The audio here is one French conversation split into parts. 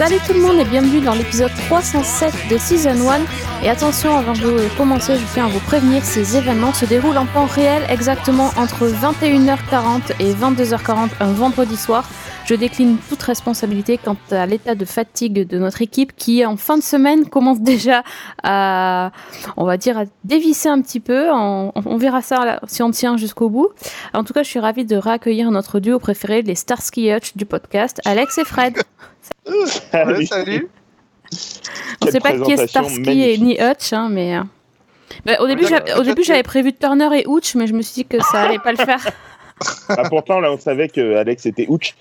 Salut tout le monde et bienvenue dans l'épisode 307 de Season 1. Et attention, avant de commencer, je tiens à vous prévenir, ces événements se déroulent en temps réel exactement entre 21h40 et 22h40 un vendredi soir. Je décline toute responsabilité quant à l'état de fatigue de notre équipe qui, en fin de semaine, commence déjà à, on va dire, à dévisser un petit peu. On verra ça là, si on tient jusqu'au bout. En tout cas, je suis ravie de réaccueillir notre duo préféré, les Starsky Hutch du podcast, Alex et Fred. Salut. On ne sait pas qui est Starsky et ni Hutch, hein, mais... au début, j'avais prévu Turner et Hutch, mais je me suis dit que ça allait pas le faire. Ah, pourtant, là, on savait que Alex était Hutch.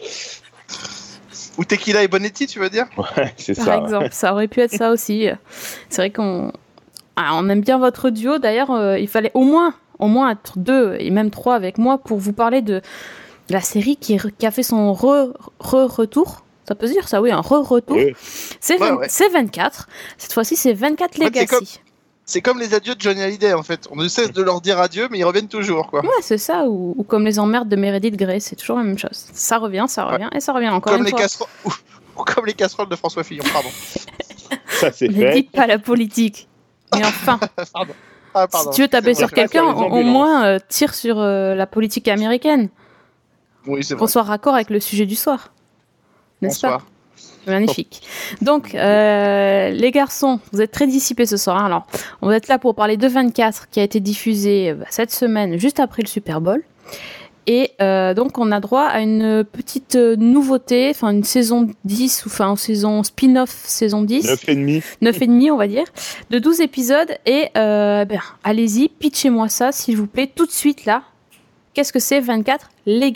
Ou Tequila et Bonetti, tu veux dire ? Ouais, c'est ça. Par exemple, ça aurait pu être ça aussi. C'est vrai qu'on aime bien votre duo. D'ailleurs, il fallait au moins être 2 et même 3 avec moi pour vous parler de la série qui a fait son retour. Ça peut se dire ça, oui, un retour. Oui. C'est 24. Cette fois-ci, c'est 24 Legacy. C'est comme les adieux de Johnny Hallyday, en fait. On ne cesse de leur dire adieu, mais ils reviennent toujours, quoi. Ouais, c'est ça. Ou comme les emmerdes de Meredith Grey, c'est toujours la même chose. Ça revient, et ça revient encore comme une fois. Ou comme les casseroles de François Fillon, pardon. Ça, c'est Ne fait. dites pas la politique. Mais enfin, pardon. si tu veux taper sur quelqu'un, sur les au ambulances. moins tire sur la politique américaine. Oui, c'est vrai. Qu'on soit raccord avec le sujet du soir. N'est-ce pas ? Bonsoir. Magnifique. Donc, les garçons, vous êtes très dissipés ce soir. Hein. Alors, on va être là pour parler de 24 qui a été diffusé cette semaine, juste après le Super Bowl. Et donc, on a droit à une petite nouveauté, enfin une saison 10, enfin une saison spin-off saison 10. 9,5. 9,5, on va dire, de 12 épisodes. Et allez-y, pitchez-moi ça, s'il vous plaît, tout de suite là. Qu'est-ce que c'est 24 Legacy ?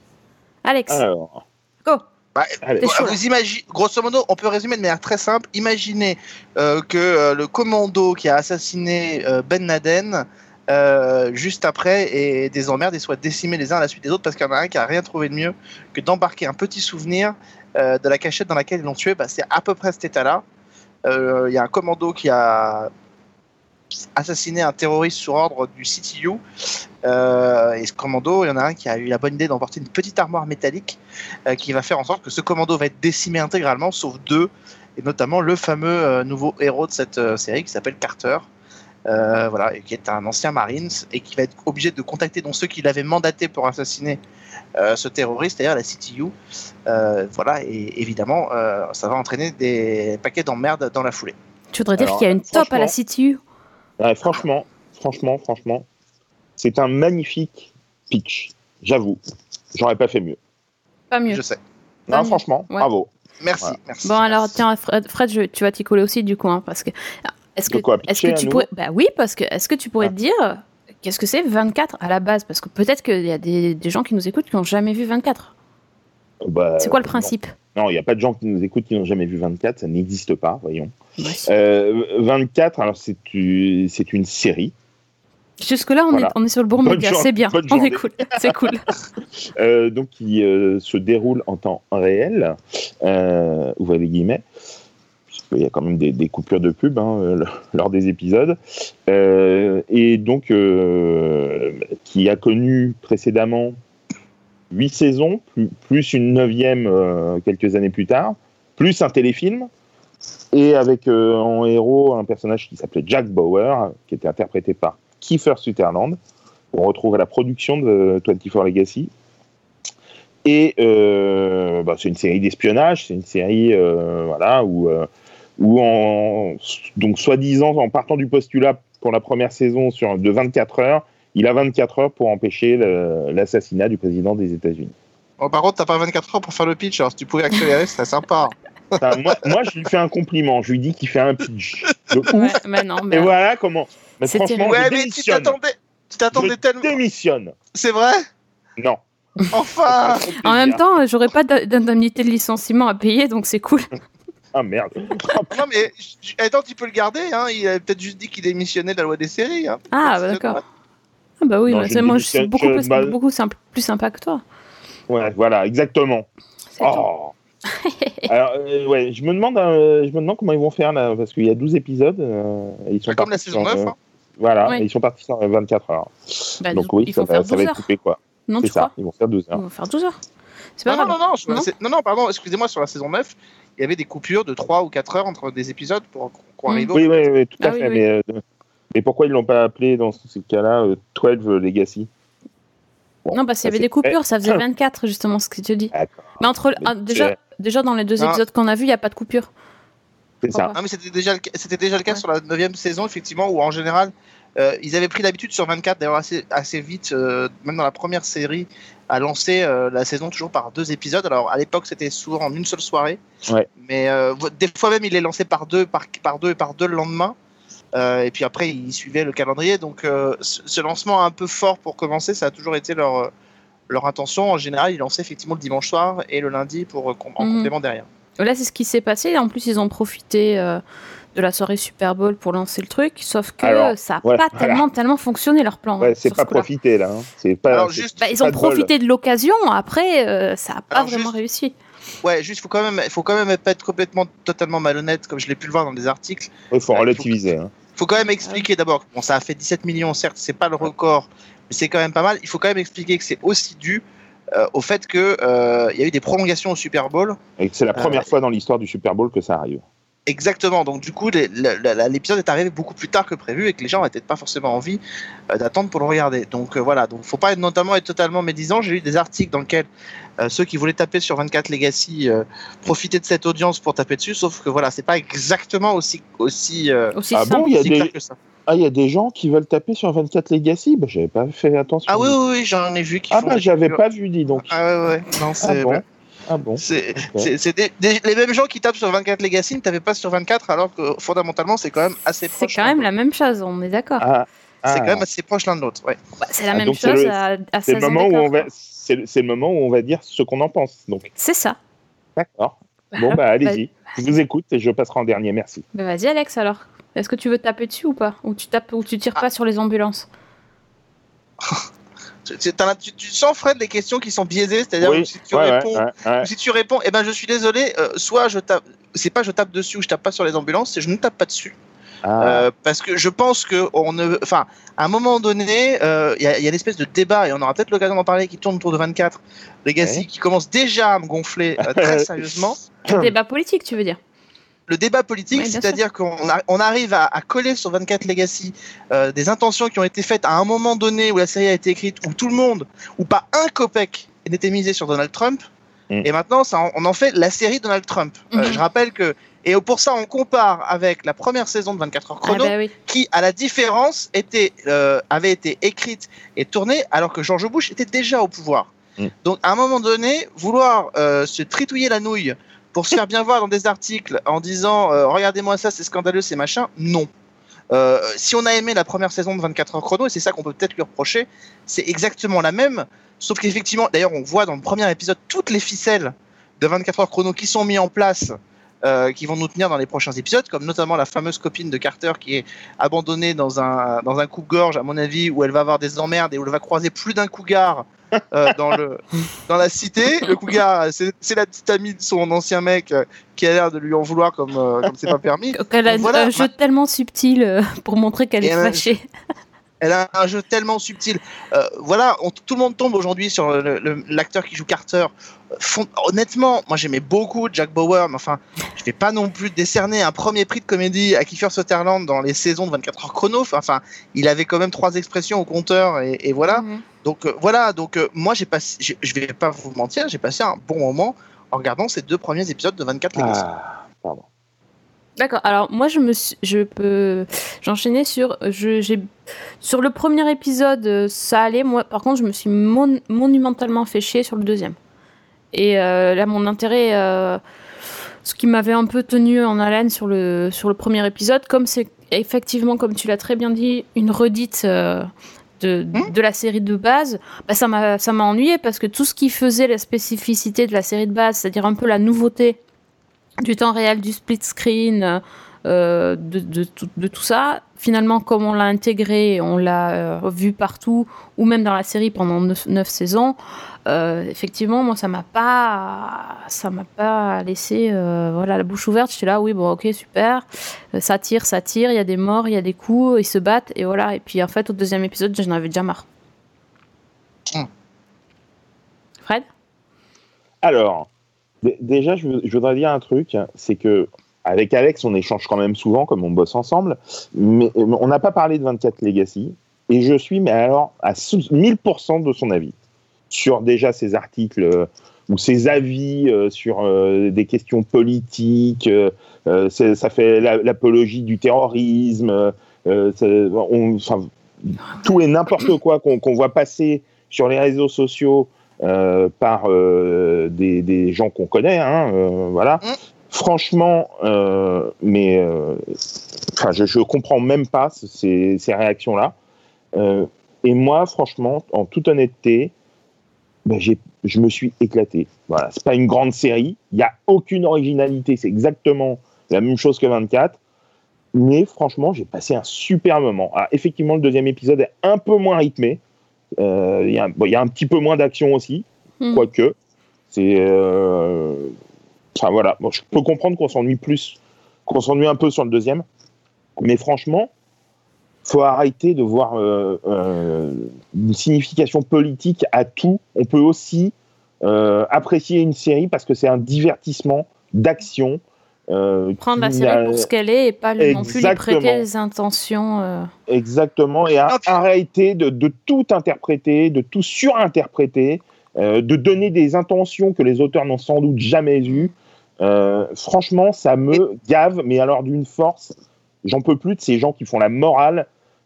Alex, Alors, go. allez. Vous imaginez, grosso modo, on peut résumer de manière très simple. Imaginez que le commando qui a assassiné Ben Laden, juste après, et des emmerdes, et soit décimés les uns à la suite des autres parce qu'il y en a un qui a rien trouvé de mieux que d'embarquer un petit souvenir de la cachette dans laquelle ils l'ont tué. C'est à peu près cet état-là. Il y a un commando qui a assassiné un terroriste sur ordre du CTU. Et ce commando, il y en a un qui a eu la bonne idée d'emporter une petite armoire métallique qui va faire en sorte que ce commando va être décimé intégralement, sauf 2, et notamment le fameux nouveau héros de cette série qui s'appelle Carter, voilà, et qui est un ancien Marines et qui va être obligé de contacter donc ceux qui l'avaient mandaté pour assassiner ce terroriste, c'est-à-dire la CTU. Voilà, et évidemment, ça va entraîner des paquets d'emmerdes dans la foulée. Tu voudrais dire qu'il y a une top à la CTU ? Ouais, franchement, c'est un magnifique pitch. J'avoue, j'aurais pas fait mieux. Pas mieux. Je sais. Non, franchement, Ouais. bravo. Merci, Voilà. merci. Bon, alors, merci. tiens, Fred, tu vas t'y coller aussi, du coup, hein, parce que... Est-ce que pitcher tu à pourrais... Bah oui, parce que est-ce que tu pourrais te dire qu'est-ce que c'est 24 à la base ? Parce que peut-être qu'il y a des gens qui nous écoutent qui n'ont jamais vu 24. C'est quoi le principe ? Non, il n'y a pas de gens qui nous écoutent qui n'ont jamais vu 24, ça n'existe pas, voyons. Bah, si. 24, alors c'est une série. Jusque-là, on est sur le bon Bonne média, journée, c'est bien, bonne on est journée. cool, c'est cool. Donc qui se déroule en temps réel, ouvrez les guillemets, puisqu'il y a quand même des coupures de pub lors des épisodes, et donc qui a connu précédemment 8 saisons, plus une 9e quelques années plus tard, plus un téléfilm, et avec en héros un personnage qui s'appelait Jack Bauer, qui était interprété par Kiefer Sutherland. On retrouve à la production de 24 Legacy. Et c'est une série d'espionnage, c'est une série où donc soi-disant, en partant du postulat pour la première saison de 24 heures, il a 24 heures pour empêcher l'assassinat du président des États-Unis. Bon, par contre, t'as pas 24 heures pour faire le pitch, alors si tu pouvais accélérer, ce serait sympa. Enfin, moi, je lui fais un compliment, je lui dis qu'il fait un pitch. Ouais, mais non, mais... Et voilà comment. Mais C'était- franchement, Ouais, je mais démissionne. tu t'attendais tellement. Je démissionne. C'est vrai ? Non. Enfin. En même temps, j'aurais pas d'indemnité de licenciement à payer, donc c'est cool. Ah merde. Non, mais attends, tu peux le garder, hein. Il a peut-être juste dit qu'il démissionnait de la loi des séries. Hein. Ah, bah, d'accord. Ah bah oui, Non, bah, je moi je suis démissionne, beaucoup plus sympa que toi. Ouais, voilà, exactement. C'est tout. Oh. Alors, je me demande comment ils vont faire là, parce qu'il y a 12 épisodes. Et ils sont Comme la partis saison 9. Hein. Voilà, Ouais. et ils sont partis sur 24 heures. Bah, Donc oui, il ça faut faire va 12 être heures. coupé quoi. Non, C'est tu ça, crois ? ils vont faire 12 Ils heures. vont faire 12 heures. C'est pas Non, grave. non, pardon, excusez-moi, sur la saison 9, il y avait des coupures de 3 ou 4 heures entre des épisodes pour qu'on arrive Oui, tout à fait. Oui. Mais pourquoi ils l'ont pas appelé dans ce cas-là 12 Legacy? Bon, non, parce qu'il y avait des coupures, ça faisait 24, justement, ce que tu dis. D'accord. Mais déjà, dans les 2 épisodes qu'on a vus, il n'y a pas de coupure. C'est ça. Non, mais c'était déjà le cas sur la 9e saison, effectivement, où en général, ils avaient pris l'habitude sur 24, d'ailleurs assez vite, même dans la première série, à lancer la saison toujours par 2 épisodes. Alors à l'époque, c'était souvent en une seule soirée. Ouais. Mais des fois même, ils les lançaient par deux le lendemain. Et puis après, ils suivaient le calendrier. Donc ce lancement un peu fort pour commencer, ça a toujours été leur intention. En général, ils lançaient effectivement le dimanche soir et le lundi en complément derrière. Là, c'est ce qui s'est passé. En plus, ils ont profité de la soirée Super Bowl pour lancer le truc. Sauf que ça n'a pas tellement fonctionné, leur plan. Ouais, c'est pas profité, là. Hein. C'est pas, alors, ils ont profité de l'occasion. Après, ça n'a pas vraiment réussi. Ouais, juste, il faut quand même pas être totalement malhonnête, comme je l'ai pu le voir dans des articles. Il faut relativiser. Il faut quand même expliquer d'abord. Bon, ça a fait 17 millions, certes, c'est pas le record, mais c'est quand même pas mal. Il faut quand même expliquer que c'est aussi dû au fait qu'il y a eu des prolongations au Super Bowl. Et que c'est la première fois dans l'histoire du Super Bowl que ça arrive. Exactement, donc du coup l'épisode est arrivé beaucoup plus tard que prévu et que les gens n'avaient peut-être pas forcément envie d'attendre pour le regarder. Donc voilà, donc faut pas être totalement médisant. J'ai lu des articles dans lesquels ceux qui voulaient taper sur 24 Legacy profitaient de cette audience pour taper dessus, sauf que voilà, c'est pas exactement aussi simple que ça. Ah, il y a des gens qui veulent taper sur 24 Legacy, j'avais pas fait attention. Ah oui, j'en ai vu qui font j'avais pas vu, dis donc. Ouais, non, c'est bon. Ah bon. C'est les mêmes gens qui tapent sur 24 Legacy ne tapaient pas sur 24, alors que fondamentalement c'est quand même assez proche. C'est quand même la même chose, on est d'accord. C'est quand même assez proche l'un de l'autre. Ouais. C'est la même chose à 16 ans. C'est le moment où on va dire ce qu'on en pense. Donc. C'est ça. D'accord. Bon, allez-y. Je vous écoute et je passerai en dernier. Merci. Vas-y, Alex, alors. Est-ce que tu veux taper dessus ou pas ? Ou tu tires pas sur les ambulances ? Tu sens, Fred, les questions qui sont biaisées, c'est-à-dire si tu réponds, je suis désolé, soit je tape, c'est pas je tape dessus ou je tape pas sur les ambulances, c'est je ne tape pas dessus. Parce que je pense que à un moment donné, il y a une espèce de débat, et on aura peut-être l'occasion d'en parler, qui tourne autour de 24 Legacy, qui commence déjà à me gonfler très sérieusement. Le débat politique, tu veux dire ? Le débat politique, c'est-à-dire qu'on arrive à coller sur 24 Legacy des intentions qui ont été faites à un moment donné où la série a été écrite, où tout le monde, où pas un copec n'était misé sur Donald Trump, et maintenant on en fait la série Donald Trump. Je rappelle que, et pour ça on compare avec la première saison de 24 heures chrono, qui, à la différence, avait été écrite et tournée alors que George Bush était déjà au pouvoir. Donc à un moment donné, vouloir se tritouiller la nouille pour se faire bien voir dans des articles en disant regardez-moi ça, c'est scandaleux, c'est machin, non. Si on a aimé la première saison de 24 heures chrono, et c'est ça qu'on peut peut-être lui reprocher, c'est exactement la même, sauf qu'effectivement, d'ailleurs on voit dans le premier épisode toutes les ficelles de 24 heures chrono qui sont mises en place, qui vont nous tenir dans les prochains épisodes, comme notamment la fameuse copine de Carter qui est abandonnée dans un coupe-gorge, à mon avis, où elle va avoir des emmerdes et où elle va croiser plus d'un cougar dans la cité. Le cougar, c'est la petite amie de son ancien mec qui a l'air de lui en vouloir comme c'est pas permis. Elle a un jeu tellement subtil pour montrer qu'elle est fâchée. Elle a un jeu tellement subtil. Tout le monde tombe aujourd'hui sur l'acteur qui joue Carter. Honnêtement, moi j'aimais beaucoup Jack Bauer, mais enfin, je vais pas non plus décerner un premier prix de comédie à Kiefer Sutherland dans les saisons de 24 heures chrono. Enfin, il avait quand même 3 expressions au compteur et voilà. Donc moi je vais pas vous mentir, j'ai passé un bon moment en regardant ces 2 premiers épisodes de 24 Legacy. Pardon. D'accord. Alors moi j'enchaînais sur le premier épisode, ça allait. Moi par contre je me suis monumentalement fait chier sur le deuxième. Et là mon intérêt, ce qui m'avait un peu tenu en haleine sur le premier épisode, comme c'est effectivement, comme tu l'as très bien dit, une redite de la série de base, ça m'a ennuyé parce que tout ce qui faisait la spécificité de la série de base, c'est-à-dire un peu la nouveauté du temps réel, du split screen, de tout ça, finalement, comme on l'a intégré, on l'a vu partout, ou même dans la série pendant 9 saisons, effectivement, moi, ça m'a pas laissé la bouche ouverte. J'étais là, oui, bon, ok, super, ça tire, il y a des morts, il y a des coups, ils se battent, et voilà. Et puis, en fait, au deuxième épisode, j'en avais déjà marre. Mmh. Fred ? Alors, Déjà, je voudrais dire un truc, c'est que avec Alex, on échange quand même souvent, comme on bosse ensemble, mais on n'a pas parlé de 24 Legacy, et je suis, mais alors, à 1000% de son avis, sur déjà ses articles ou ses avis sur des questions politiques, ça fait l'apologie du terrorisme, tout et n'importe quoi qu'on voit passer sur les réseaux sociaux par des gens qu'on connaît, voilà. Franchement, je comprends même pas ces réactions-là. Et moi, franchement, en toute honnêteté, je me suis éclaté. Voilà, c'est pas une grande série, il y a aucune originalité, c'est exactement la même chose que 24. Mais franchement, j'ai passé un super moment. Alors, effectivement, le deuxième épisode est un peu moins rythmé. Il y a un petit peu moins d'action aussi, quoique. C'est. Voilà. Bon, je peux comprendre qu'on s'ennuie un peu sur le deuxième. Mais franchement, faut arrêter de voir une signification politique à tout. On peut aussi apprécier une série parce que c'est un divertissement d'action. Prendre la série pour ce qu'elle est et pas non plus lui prêter des intentions. Exactement, et arrêter de tout interpréter, de tout surinterpréter, de donner des intentions que les auteurs n'ont sans doute jamais eues. Franchement, ça me gave, mais alors d'une force, j'en peux plus de ces gens qui font la morale.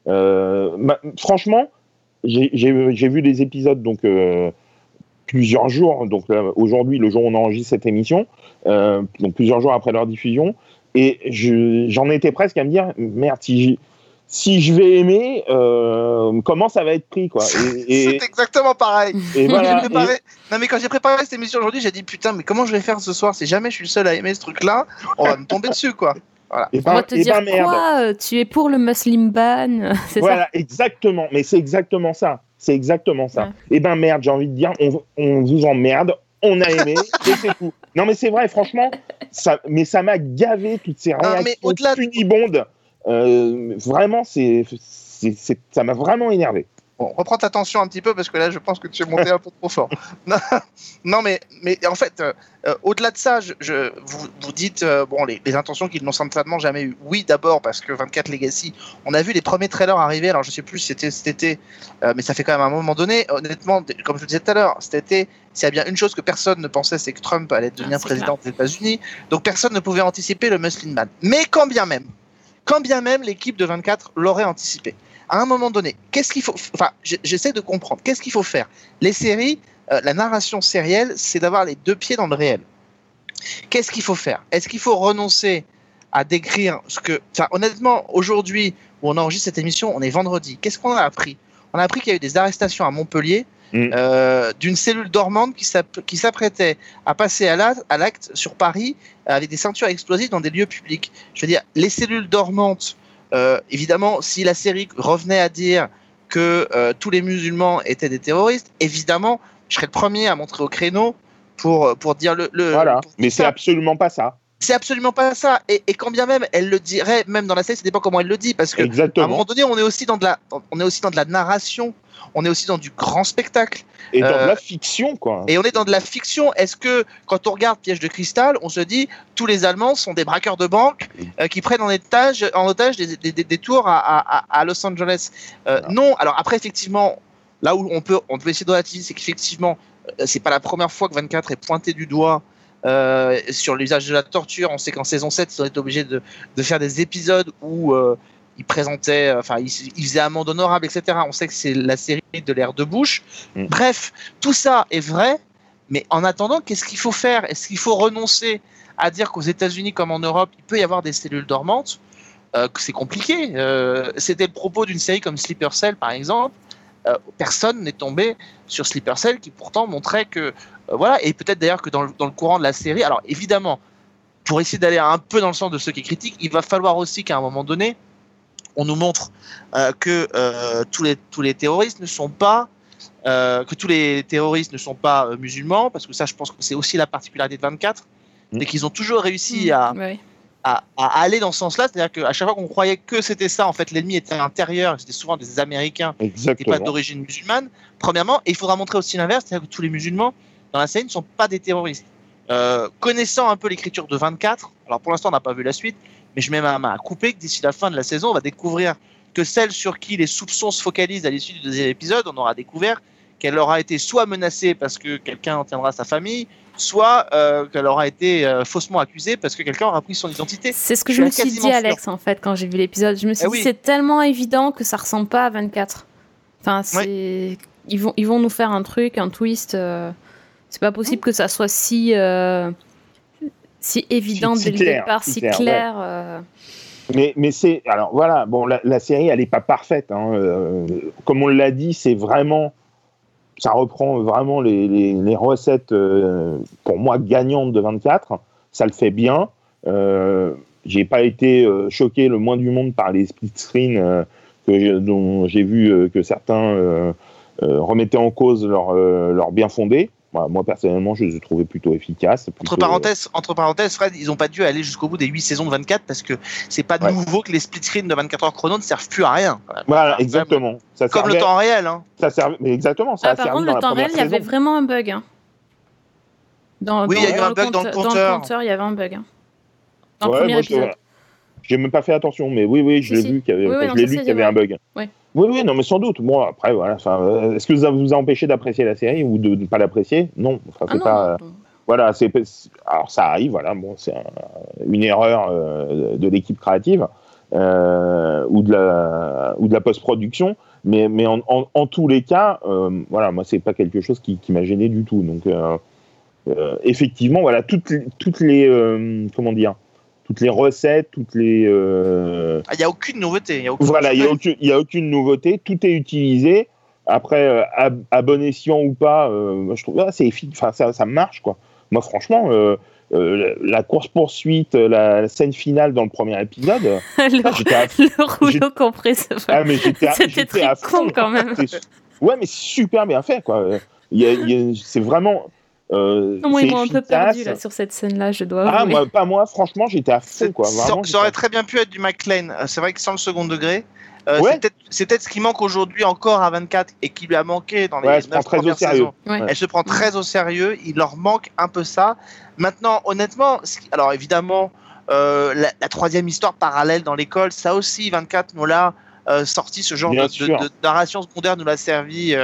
Franchement, j'ai vu des épisodes, donc plusieurs jours, donc aujourd'hui, le jour où on enregistre cette émission, donc plusieurs jours après leur diffusion, et j'en étais presque à me dire, merde, si je vais aimer, comment ça va être pris, quoi. C'est exactement pareil. Et voilà, Non, mais quand j'ai préparé cette émission aujourd'hui, j'ai dit, putain, mais comment je vais faire ce soir si jamais je suis le seul à aimer ce truc-là, on va me tomber dessus, quoi. Voilà. On va te dire quoi, tu es pour le Muslim ban, c'est voilà, ça. Exactement, mais c'est exactement ça. C'est exactement ça. Ouais. Et merde, j'ai envie de dire, on vous emmerde, on a aimé, et c'est tout. Non, mais c'est vrai, franchement, ça m'a gavé toutes ces réactions punibondes. Vraiment, ça m'a vraiment énervé. Bon, reprends ta tension un petit peu parce que là, je pense que tu es monté un peu trop fort. Non, mais en fait, au-delà de ça, vous dites les intentions qu'ils n'ont certainement jamais eues. Oui, d'abord parce que 24 Legacy, on a vu les premiers trailers arriver. Alors, je sais plus si c'était cet été, mais ça fait quand même un moment donné. Honnêtement, comme je le disais tout à l'heure, cet été, s'il y a bien une chose que personne ne pensait, c'est que Trump allait devenir président des États-Unis. Donc, personne ne pouvait anticiper le Muslim ban. Mais quand bien même l'équipe de 24 l'aurait anticipé. À un moment donné, qu'est-ce qu'il faut... Enfin, j'essaie de comprendre. Qu'est-ce qu'il faut faire ? Les séries, la narration sérielle, c'est d'avoir les deux pieds dans le réel. Qu'est-ce qu'il faut faire ? Est-ce qu'il faut renoncer à décrire ce que... Enfin, honnêtement, aujourd'hui, où on enregistre cette émission, on est vendredi. Qu'est-ce qu'on a appris ? On a appris qu'il y a eu des arrestations à Montpellier d'une cellule dormante qui s'apprêtait à passer à l'acte sur Paris avec des ceintures explosives dans des lieux publics. Je veux dire, les cellules dormantes... évidemment, si la série revenait à dire que tous les musulmans étaient des terroristes, évidemment, je serais le premier à montrer au créneau pour dire le voilà, mais c'est absolument pas ça. C'est absolument pas ça. Et quand bien même, elle le dirait, même dans la série, ça dépend comment elle le dit, parce que exactement. À un moment donné, on est aussi dans de la narration, on est aussi dans du grand spectacle. Et dans de la fiction, quoi. Et on est dans de la fiction. Est-ce que, quand on regarde Piège de cristal, on se dit, tous les Allemands sont des braqueurs de banque qui prennent en otage des tours à Los Angeles Non. Alors après, effectivement, là où on peut essayer de relativiser, c'est qu'effectivement, c'est pas la première fois que 24 est pointé du doigt sur l'usage de la torture. On sait qu'en saison 7, ils ont été obligés de faire des épisodes où ils présentaient, ils faisaient amende honorable, etc. On sait que c'est la série de l'ère de Bush. Bref, tout ça est vrai, mais en attendant, qu'est-ce qu'il faut faire ? Est-ce qu'il faut renoncer à dire qu'aux États-Unis comme en Europe, il peut y avoir des cellules dormantes ? Que c'est compliqué. C'était le propos d'une série comme Sleeper Cell, par exemple. Personne n'est tombé sur Sleeper Cell, qui pourtant montrait que voilà, et peut-être d'ailleurs que dans le courant de la série, alors évidemment, pour essayer d'aller un peu dans le sens de ceux qui critiquent, il va falloir aussi qu'à un moment donné, on nous montre que tous les terroristes ne sont pas musulmans, parce que ça, je pense que c'est aussi la particularité de 24, c'est qu'ils ont toujours réussi à aller dans ce sens-là, c'est-à-dire qu'à chaque fois qu'on croyait que c'était ça, en fait, l'ennemi était intérieur, c'était souvent des Américains et pas d'origine musulmane, premièrement, et il faudra montrer aussi l'inverse, c'est-à-dire que tous les musulmans dans la série ne sont pas des terroristes. Connaissant un peu l'écriture de 24, alors pour l'instant on n'a pas vu la suite, mais je mets ma main à couper que d'ici la fin de la saison, on va découvrir que celle sur qui les soupçons se focalisent à l'issue du deuxième épisode, on aura découvert qu'elle aura été soit menacée parce que quelqu'un en tiendra sa famille, soit qu'elle aura été faussement accusée parce que quelqu'un aura pris son identité. C'est ce que je me suis dit, Alex, en fait, quand j'ai vu l'épisode. Je me suis dit, c'est tellement évident que ça ressemble pas à 24. Enfin, ils vont nous faire un truc, un twist. C'est pas possible que ça soit si évident dès le départ, si clair. Ouais. Mais c'est... Alors voilà, bon, la série, elle n'est pas parfaite. Comme on l'a dit, c'est vraiment... Ça reprend vraiment les recettes, pour moi, gagnantes de 24. Ça le fait bien. J'ai pas été choqué le moins du monde par les split screens dont j'ai vu que certains remettaient en cause leur bien fondé. Moi, personnellement, je les ai trouvés plutôt efficaces. Entre parenthèses, Fred, ils n'ont pas dû aller jusqu'au bout des 8 saisons de 24 parce que c'est pas nouveau que les split screens de 24 heures chrono ne servent plus à rien. Voilà, exactement. Ça comme le temps réel. Hein. Ça servait, mais exactement. Ça par contre, le temps réel, il y avait vraiment un bug. Hein. Il y a eu un bug dans le compteur. Dans le compteur, il y avait un bug. Hein. Dans le premier épisode. J'ai même pas fait attention, mais oui, je l'ai vu qu'il y avait un bug. Oui, non, mais sans doute. Bon, après, voilà. Est-ce que ça vous a empêché d'apprécier la série ou de ne pas l'apprécier ? Non. Non. Voilà, alors ça arrive. Voilà, bon, c'est une erreur de l'équipe créative ou de la post-production. Mais en tous les cas, voilà, moi, c'est pas quelque chose qui m'a gêné du tout. Donc, effectivement, voilà, toutes les comment dire. Toutes les recettes, toutes les... Il n'y a aucune nouveauté. Voilà, il n'y a aucune nouveauté. Tout est utilisé. Après, à bon escient ou pas, je trouve ça marche, quoi. Moi, franchement, la course-poursuite, la scène finale dans le premier épisode... le rouleau compresseur. Mais c'était très con, quand même. Ouais, mais super bien fait, quoi. C'est vraiment... non, moi, ils m'ont un peu perdu là, sur cette scène-là, je dois avouer. Pas moi, franchement, j'étais à fond, quoi. Ça aurait très bien pu être du McLean. C'est vrai que sans le second degré, c'est peut-être ce qui manque aujourd'hui encore à 24 et qui lui a manqué dans les 9 premières saisons. Elle se prend très au sérieux, il leur manque un peu ça. Maintenant, honnêtement, alors évidemment, la troisième histoire parallèle dans l'école, ça aussi, 24 nous l'a sorti, ce genre de narration secondaire nous l'a servi...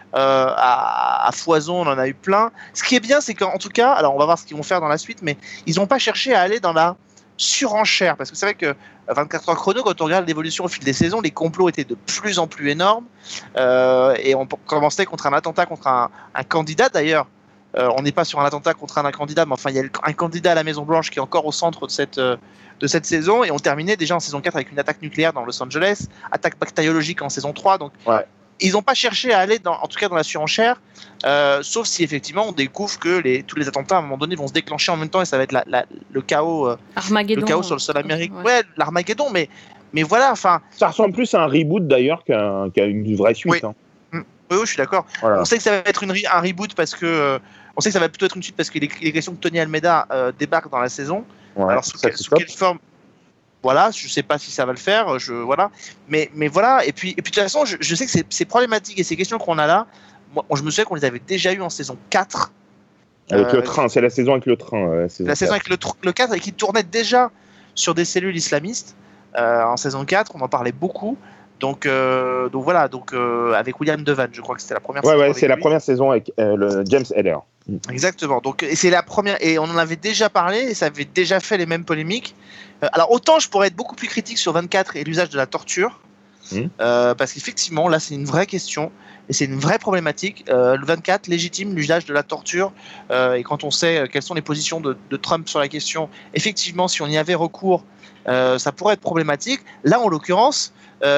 à foison, on en a eu plein. Ce qui est bien, c'est qu'en tout cas, alors on va voir ce qu'ils vont faire dans la suite, mais ils n'ont pas cherché à aller dans la surenchère, parce que c'est vrai que 24 heures chrono, quand on regarde l'évolution au fil des saisons, les complots étaient de plus en plus énormes, et on commençait contre un attentat contre un candidat d'ailleurs. On n'est pas sur un attentat contre un candidat, mais enfin il y a un candidat à la Maison Blanche qui est encore au centre de cette saison, et on terminait déjà en saison 4 avec une attaque nucléaire dans Los Angeles, attaque bactériologique en saison 3, donc ils n'ont pas cherché à aller en tout cas dans la surenchère, sauf si effectivement on découvre que tous les attentats à un moment donné vont se déclencher en même temps et ça va être le chaos, Armageddon, le chaos sur le sol américain. Ouais, l'Armageddon, mais voilà, enfin. Ça ressemble plus à un reboot d'ailleurs qu'à une vraie suite. Oui, oui, je suis d'accord. Voilà. On sait que ça va être un reboot parce que on sait que ça va plutôt être une suite parce qu'il est question que Tony Almeida débarque dans la saison. Alors sous quelle forme? Voilà, je sais pas si ça va le faire, voilà. Mais voilà, et puis de toute façon, je sais que c'est problématique et ces questions qu'on a là, moi, je me souviens qu'on les avait déjà eues en saison 4. Avec le train, c'est la saison avec le train. La saison avec le 4 et qui tournait déjà sur des cellules islamistes. En saison 4, on en parlait beaucoup. Donc voilà, avec William Devan, je crois que c'était la première saison. Ouais, c'est la première saison avec le James Heller. Exactement. Donc, et c'est la première, et on en avait déjà parlé, et ça avait déjà fait les mêmes polémiques. Alors, autant je pourrais être beaucoup plus critique sur 24 et l'usage de la torture, parce qu'effectivement, là, c'est une vraie question, et c'est une vraie problématique. Le 24 légitime l'usage de la torture, et quand on sait quelles sont les positions de Trump sur la question, effectivement, si on y avait recours, ça pourrait être problématique. Là, en l'occurrence,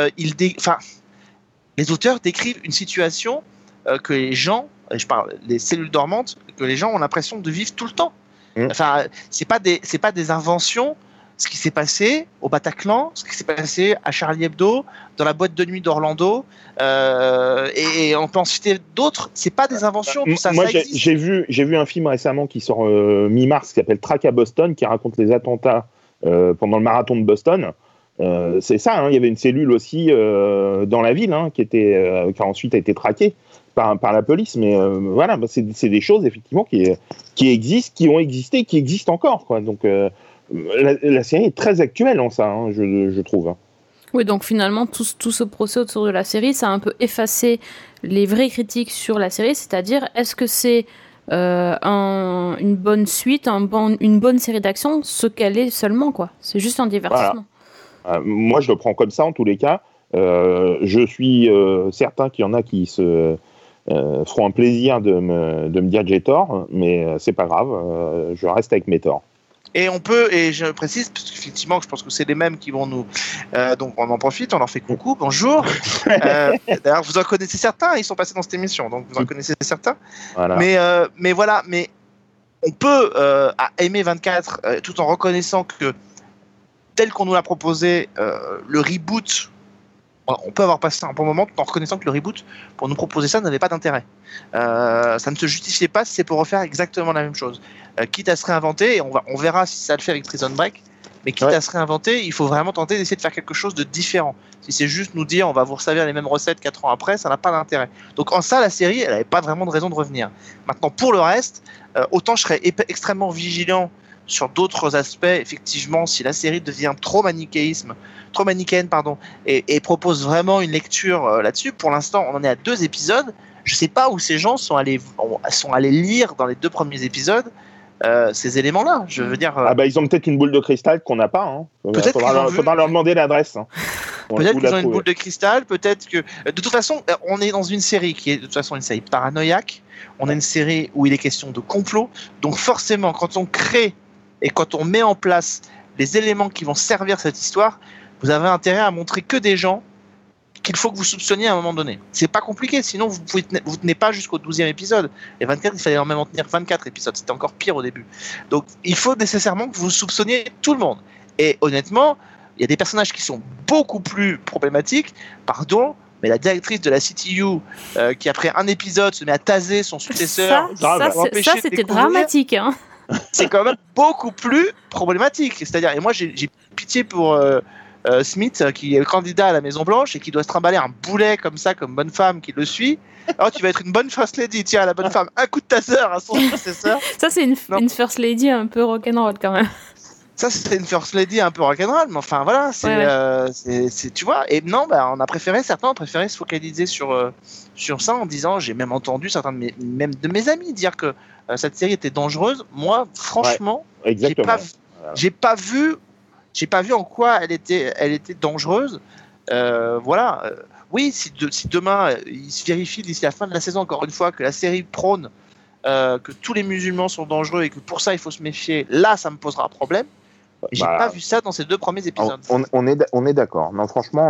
les auteurs décrivent une situation que les gens, je parle des cellules dormantes, que les gens ont l'impression de vivre tout le temps. Enfin, c'est pas des inventions. Ce qui s'est passé au Bataclan, ce qui s'est passé à Charlie Hebdo, dans la boîte de nuit d'Orlando, et on peut en citer d'autres. C'est pas des inventions. Ça existe. J'ai vu un film récemment qui sort mi-mars qui s'appelle Track à Boston, qui raconte les attentats pendant le marathon de Boston. C'est ça. Il y avait une cellule aussi dans la ville qui a ensuite été traquée par la police, mais voilà, c'est des choses effectivement qui existent, qui ont existé, qui existent encore, quoi. Donc la série est très actuelle en ça, hein, je trouve. Oui, donc finalement, tout ce procès autour de la série, ça a un peu effacé les vraies critiques sur la série, c'est-à-dire, est-ce que c'est une bonne suite, une bonne série d'action, ce qu'elle est seulement, quoi. C'est juste un divertissement. Voilà. Moi, je le prends comme ça, en tous les cas. Je suis certain qu'il y en a qui se feront un plaisir de me dire que j'ai tort, mais c'est pas grave, je reste avec mes torts. Et on peut, et je précise, parce qu'effectivement, je pense que c'est les mêmes qui vont nous... donc on en profite, on leur fait coucou, bonjour. D'ailleurs, vous en connaissez certains, ils sont passés dans cette émission, donc vous en connaissez certains. Voilà. Mais voilà, mais on peut aimer 24 tout en reconnaissant que, tel qu'on nous l'a proposé, le reboot... On peut avoir passé un bon moment tout en reconnaissant que le reboot, pour nous proposer ça, n'avait pas d'intérêt. Ça ne se justifiait pas si c'est pour refaire exactement la même chose. Quitte à se réinventer, et on verra si ça le fait avec Prison Break, mais quitte à se réinventer, il faut vraiment tenter d'essayer de faire quelque chose de différent. Si c'est juste nous dire on va vous resservir les mêmes recettes 4 ans après, ça n'a pas d'intérêt. Donc en ça, la série, elle n'avait pas vraiment de raison de revenir. Maintenant, pour le reste, autant je serais extrêmement vigilant sur d'autres aspects, effectivement, si la série devient trop manichéenne, et propose vraiment une lecture là-dessus. Pour l'instant, on en est à 2 épisodes. Je sais pas où ces gens sont allés lire dans les 2 premiers épisodes ces éléments-là. Je veux dire. Ils ont peut-être une boule de cristal qu'on n'a pas. Hein. Faudra leur demander l'adresse. Hein. Peut-être qu'ils ont une boule de cristal. Peut-être que. De toute façon, on est dans une série qui est de toute façon une série paranoïaque. On a une série où il est question de complot. Donc forcément, quand on crée et quand on met en place les éléments qui vont servir cette histoire, vous avez intérêt à montrer que des gens qu'il faut que vous soupçonniez à un moment donné. C'est pas compliqué, sinon vous tenez pas jusqu'au 12e épisode. Et 24, il fallait en même tenir 24 épisodes. C'était encore pire au début. Donc il faut nécessairement que vous soupçonniez tout le monde. Et honnêtement, il y a des personnages qui sont beaucoup plus problématiques. Pardon, mais la directrice de la CTU qui après un épisode se met à taser son successeur. Ça c'était dramatique. Hein. C'est quand même beaucoup plus problématique. C'est-à-dire, et moi j'ai pitié pour Smith qui est le candidat à la Maison Blanche et qui doit se trimballer un boulet comme ça, comme bonne femme qui le suit. Alors tu vas être une bonne first lady, tiens, la bonne femme, un coup de taser à son successeur. Ça c'est une first lady un peu rock'n'roll quand même. Ça c'était une first lady un peu rock'n'roll, mais enfin voilà, c'est tu vois. Et non, certains ont préféré se focaliser sur ça en disant, j'ai même entendu certains de mes amis dire que cette série était dangereuse. Moi, franchement, j'ai pas vu en quoi elle était dangereuse. Voilà. Oui, si demain il se vérifie d'ici la fin de la saison encore une fois que la série prône que tous les musulmans sont dangereux et que pour ça il faut se méfier, là ça me posera problème. Et j'ai pas vu ça dans ces 2 premiers épisodes. On est d'accord. Non, franchement,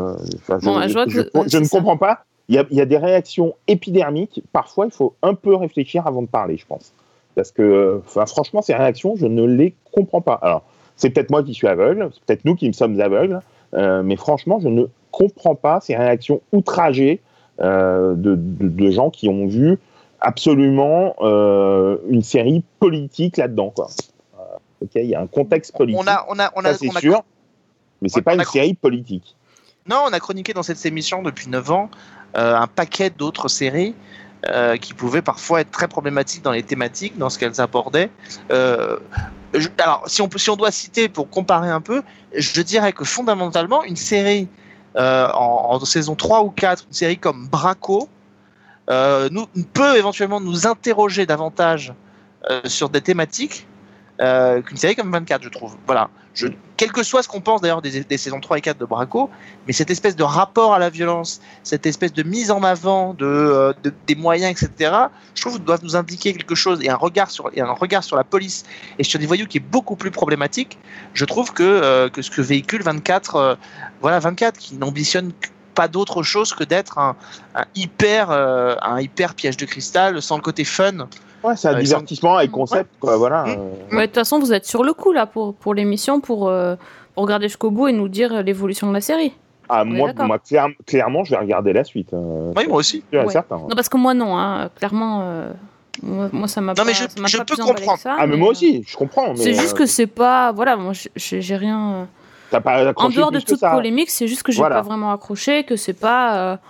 je ne comprends pas. Il y a des réactions épidermiques. Parfois, il faut un peu réfléchir avant de parler, je pense. Parce que, franchement, ces réactions, je ne les comprends pas. Alors, c'est peut-être moi qui suis aveugle, c'est peut-être nous qui sommes aveugles, mais franchement, je ne comprends pas ces réactions outragées de gens qui ont vu absolument une série politique là-dedans, quoi. Ok, il y a un contexte politique, c'est sûr, mais c'est pas une série politique. Non, on a chroniqué dans cette émission depuis 9 ans un paquet d'autres séries qui pouvaient parfois être très problématiques dans les thématiques, dans ce qu'elles abordaient. Alors, si on doit citer pour comparer un peu, je dirais que fondamentalement, une série en saison 3 ou 4, une série comme Braco, peut éventuellement nous interroger davantage sur des thématiques qu'une série comme 24, je trouve. Voilà. Quel que soit ce qu'on pense d'ailleurs des saisons 3 et 4 de Braco, mais cette espèce de rapport à la violence, cette espèce de mise en avant des moyens, etc., je trouve doivent nous indiquer quelque chose et un regard sur la police et sur des voyous qui est beaucoup plus problématique. Je trouve que ce que véhicule 24, 24 qui n'ambitionne pas d'autre chose que d'être un hyper piège de cristal sans le côté fun. Ouais, c'est un divertissement avec concept, quoi, voilà. De toute façon, vous êtes sur le coup, là, pour l'émission, pour regarder jusqu'au bout et nous dire l'évolution de la série. Moi, clairement, je vais regarder la suite. Oui, moi aussi. Certain. Non, parce que moi, non, hein, clairement... Moi, ça m'a pas. Non, mais je peux comprendre. Ça, mais moi aussi, je comprends. Mais c'est juste que c'est pas. Voilà, moi, j'ai rien. T'as pas accroché en dehors de toute ça. polémique, c'est juste que j'ai pas vraiment accroché, que c'est pas.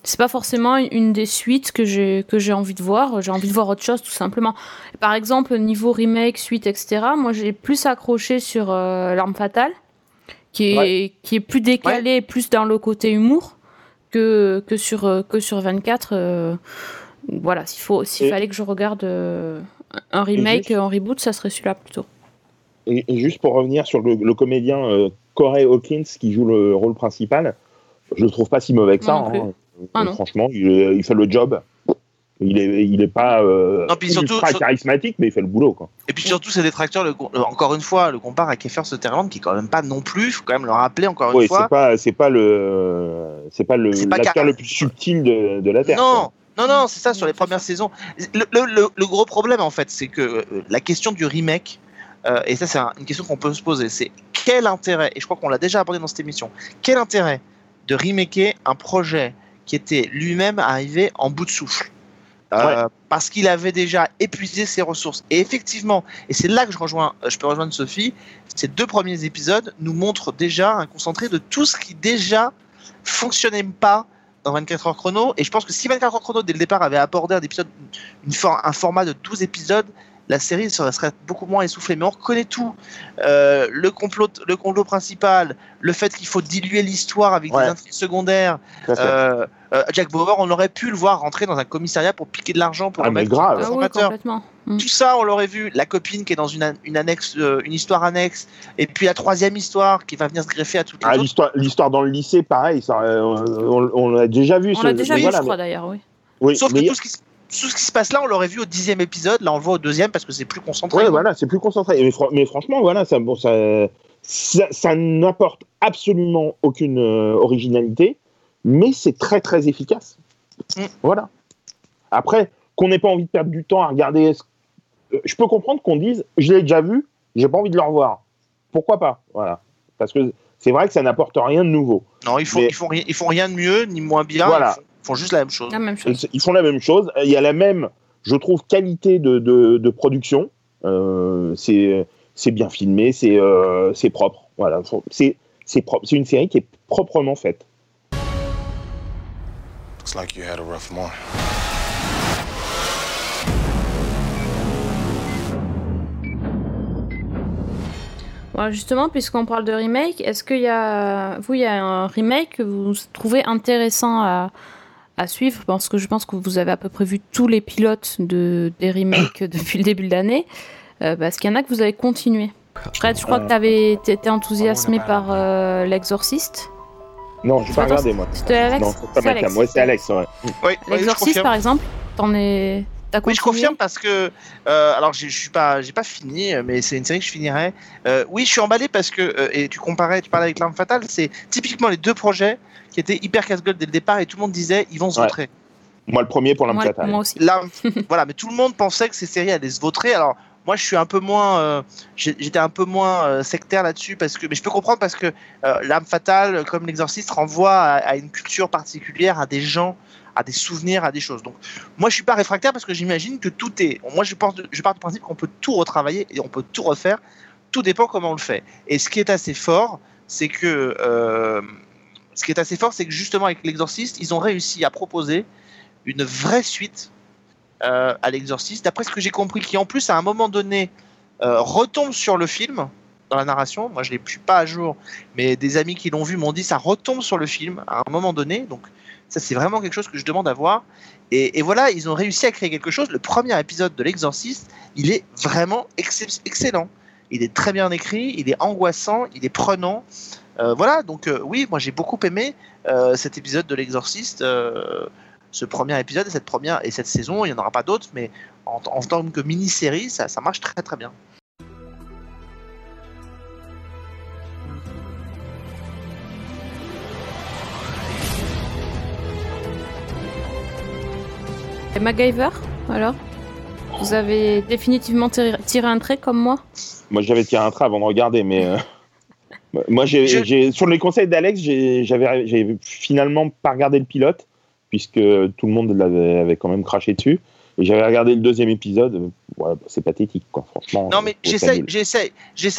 c'est pas forcément une des suites que j'ai envie de voir. J'ai envie de voir autre chose, tout simplement. Par exemple, niveau remake, suite, etc., moi, j'ai plus accroché sur L'Arme Fatale, qui est plus décalé, plus dans le côté humour que sur 24. Voilà, s'il fallait que je regarde un remake, un reboot, ça serait celui-là plutôt. Et juste pour revenir sur le comédien Corey Hawkins qui joue le rôle principal, je le trouve pas si mauvais que ça. Franchement, il fait le job. Il est pas ultra charismatique, mais il fait le boulot, quoi. Et puis surtout, ses détracteurs, encore une fois, le comparent à Kiefer Sutherland, qui est quand même pas non plus. Il faut quand même le rappeler encore une fois. C'est pas l'acteur le plus subtil de la Terre. Non, c'est ça sur les premières saisons. Le gros problème, en fait, c'est que la question du remake. Et ça, c'est une question qu'on peut se poser. C'est quel intérêt, et je crois qu'on l'a déjà abordé dans cette émission, quel intérêt de remaker un projet qui était lui-même arrivé en bout de souffle parce qu'il avait déjà épuisé ses ressources. Et effectivement, et c'est là que je peux rejoindre Sophie, ces 2 premiers épisodes nous montrent déjà un concentré de tout ce qui déjà fonctionnait pas dans 24 heures chrono. Et je pense que si 24 heures chrono, dès le départ, avait abordé un format de 12 épisodes, la série serait beaucoup moins essoufflée. Mais on reconnaît tout. Le complot principal, le fait qu'il faut diluer l'histoire avec des intrigues secondaires. Jack Bauer, on aurait pu le voir rentrer dans un commissariat pour piquer de l'argent pour mais grave. Complètement. Tout ça, on l'aurait vu. La copine qui est dans une histoire annexe, et puis la 3e histoire qui va venir se greffer à toutes les autres. L'histoire dans le lycée, pareil. Ça, on l'a déjà vu. On l'a déjà vu, je crois, d'ailleurs, oui. Sauf que tout ce qui se passe là, on l'aurait vu au 10e épisode. Là, on le voit au 2e parce que c'est plus concentré. Ouais, voilà, c'est plus concentré. Mais franchement, voilà, ça n'apporte absolument aucune originalité, mais c'est très très efficace. Voilà. Après, qu'on n'ait pas envie de perdre du temps à regarder, je peux comprendre qu'on dise, je l'ai déjà vu, j'ai pas envie de le revoir. Pourquoi pas ? Voilà. Parce que c'est vrai que ça n'apporte rien de nouveau. Non, ils font rien de mieux ni moins bien. Voilà. Ils font juste la même chose. Ils font la même chose. Il y a la même, je trouve, qualité de production. C'est bien filmé, c'est propre. Voilà. C'est propre. C'est une série qui est proprement faite. Looks like you had a rough morning. Voilà, justement, puisqu'on parle de remake, est-ce qu'il y a un remake que vous trouvez intéressant à suivre, parce que je pense que vous avez à peu près vu tous les pilotes des remakes depuis le début de l'année. Est-ce qu'il y en a que vous avez continué ? Fred, je crois que tu étais enthousiasmé par L'Exorciste. Non, je n'ai pas regardé, moi. C'était Alex ? Non, c'est pas Alex. Ouais, c'est Alex, ouais. Oui, L'Exorciste, par exemple, t'as continué ? Oui, je confirme parce que alors j'ai pas fini, mais c'est une série que je finirai. Oui, je suis emballé parce que et tu parlais avec L'Arme Fatale, c'est typiquement les 2 projets qui étaient hyper casse-gueule dès le départ et tout le monde disait ils vont se vautrer. Moi, le premier pour L'Arme Fatale. Moi aussi. Voilà, mais tout le monde pensait que ces séries allaient se vautrer. Alors moi, je suis un peu moins, j'étais un peu moins sectaire là-dessus mais je peux comprendre parce que L'Arme Fatale, comme L'Exorciste, renvoie à une culture particulière, à des gens, à des souvenirs, à des choses. Donc, moi, je suis pas réfractaire parce que j'imagine que tout est. Moi, je pars du principe qu'on peut tout retravailler et on peut tout refaire. Tout dépend comment on le fait. Et ce qui est assez fort, c'est que justement avec L'Exorciste, ils ont réussi à proposer une vraie suite à L'Exorciste. D'après ce que j'ai compris, qui en plus à un moment donné retombe sur le film dans la narration. Moi, je suis pas à jour, mais des amis qui l'ont vu m'ont dit ça retombe sur le film à un moment donné. Donc ça, c'est vraiment quelque chose que je demande à voir. Et voilà, ils ont réussi à créer quelque chose. Le premier épisode de L'Exorciste, il est vraiment excellent. Il est très bien écrit, il est angoissant, il est prenant. Voilà, donc oui, moi j'ai beaucoup aimé cet épisode de L'Exorciste, ce premier épisode et cette saison. Il n'y en aura pas d'autres, mais en tant que mini-série, ça marche très très bien. Et MacGyver, alors ? Vous avez définitivement tiré un trait comme moi ? Moi, j'avais tiré un trait avant de regarder, mais moi, sur les conseils d'Alex, j'ai finalement pas regardé le pilote, puisque tout le monde avait quand même craché dessus. Et j'avais regardé le 2e épisode. Ouais, c'est pathétique, quoi, franchement. Non, mais j'essaye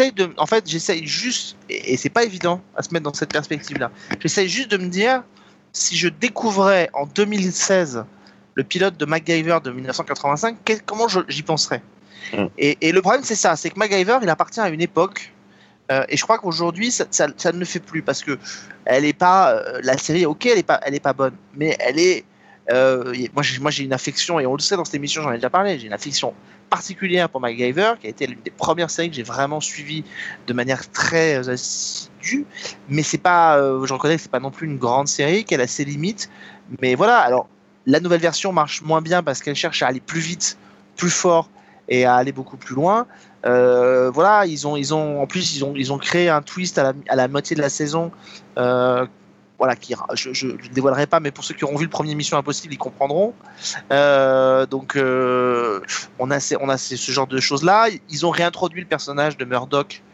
juste, et c'est pas évident à se mettre dans cette perspective-là. J'essaye juste de me dire, si je découvrais en 2016 le pilote de MacGyver de 1985, comment j'y penserais? Et le problème, c'est ça, c'est que MacGyver, il appartient à une époque, et je crois qu'aujourd'hui, ça ne le fait plus, parce que elle est pas, la série, ok, elle est pas bonne, mais elle est, moi j'ai une affection, et on le sait dans cette émission, j'en ai déjà parlé, j'ai une affection particulière pour MacGyver, qui a été l'une des premières séries que j'ai vraiment suivies de manière très assidue, mais c'est pas, je reconnais que c'est pas non plus une grande série, qu'elle a ses limites, mais voilà. Alors la nouvelle version marche moins bien parce qu'elle cherche à aller plus vite, plus fort et à aller beaucoup plus loin. Voilà, ils ont créé un twist à la moitié de la saison. Voilà, je ne dévoilerai pas, mais pour ceux qui auront vu le premier Mission Impossible, ils comprendront. Donc, on a ce genre de choses-là. Ils ont réintroduit le personnage de Murdoch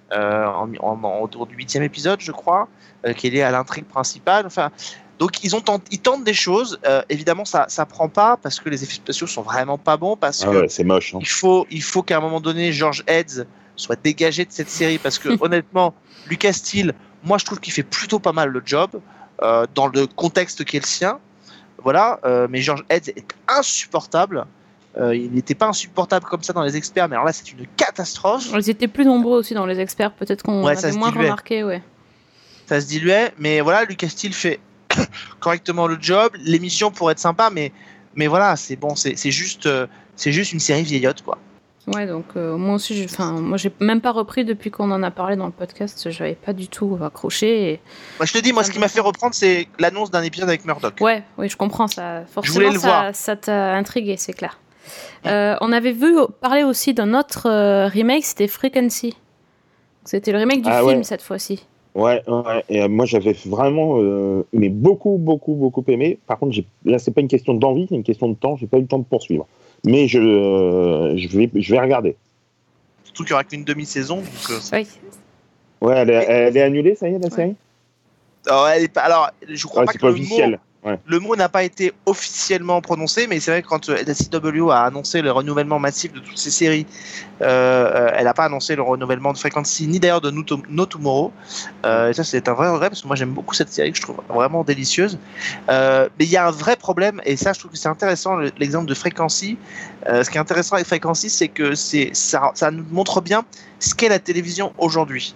autour du 8e épisode, je crois, qui est lié à l'intrigue principale. Enfin, donc, ils tentent des choses. Évidemment, ça prend pas parce que les effets spéciaux sont vraiment pas bons. Parce que c'est moche. Hein. Il faut qu'à un moment donné, George Heads soit dégagé de cette série parce que honnêtement, Lucas Steele, moi je trouve qu'il fait plutôt pas mal le job dans le contexte qui est le sien. Voilà, mais George Heads est insupportable. Il n'était pas insupportable comme ça dans les experts, mais alors là c'est une catastrophe. Ils étaient plus nombreux aussi dans les experts, peut-être qu'on avait moins remarqué. Ouais. Ça se diluait, mais voilà, Lucas Steele fait correctement le job. L'émission pourrait être sympa, mais voilà, c'est bon, c'est juste une série vieillotte, quoi. Ouais, donc moi aussi, moi j'ai même pas repris depuis qu'on en a parlé dans le podcast. J'avais pas du tout accroché. Moi, je te dis, moi, ce qui m'a fait reprendre, c'est l'annonce d'un épisode avec Murdoch. Ouais, oui, je comprends ça. Forcément, je voulais le voir. Ça t'a intrigué, c'est clair. On avait parler aussi d'un autre remake, c'était Frequency. C'était le remake du film cette fois-ci. Ouais. Et moi j'avais vraiment mais beaucoup aimé. Par contre, là c'est pas une question d'envie, c'est une question de temps. J'ai pas eu le temps de poursuivre. Mais je vais regarder. Surtout qu'il y aura qu'une demi-saison. Donc, oui. Ouais, elle est annulée, ça y est, la série. Alors, je crois pas que le officiel. Le mot n'a pas été officiellement prononcé, mais c'est vrai que quand la CW a annoncé le renouvellement massif de toutes ces séries, elle n'a pas annoncé le renouvellement de Frequency, ni d'ailleurs de No Tomorrow. Et ça, c'est un vrai regret, parce que moi, j'aime beaucoup cette série que je trouve vraiment délicieuse. Mais il y a un vrai problème, et ça, je trouve que c'est intéressant, l'exemple de Frequency. Ce qui est intéressant avec Frequency, c'est que ça nous montre bien ce qu'est la télévision aujourd'hui.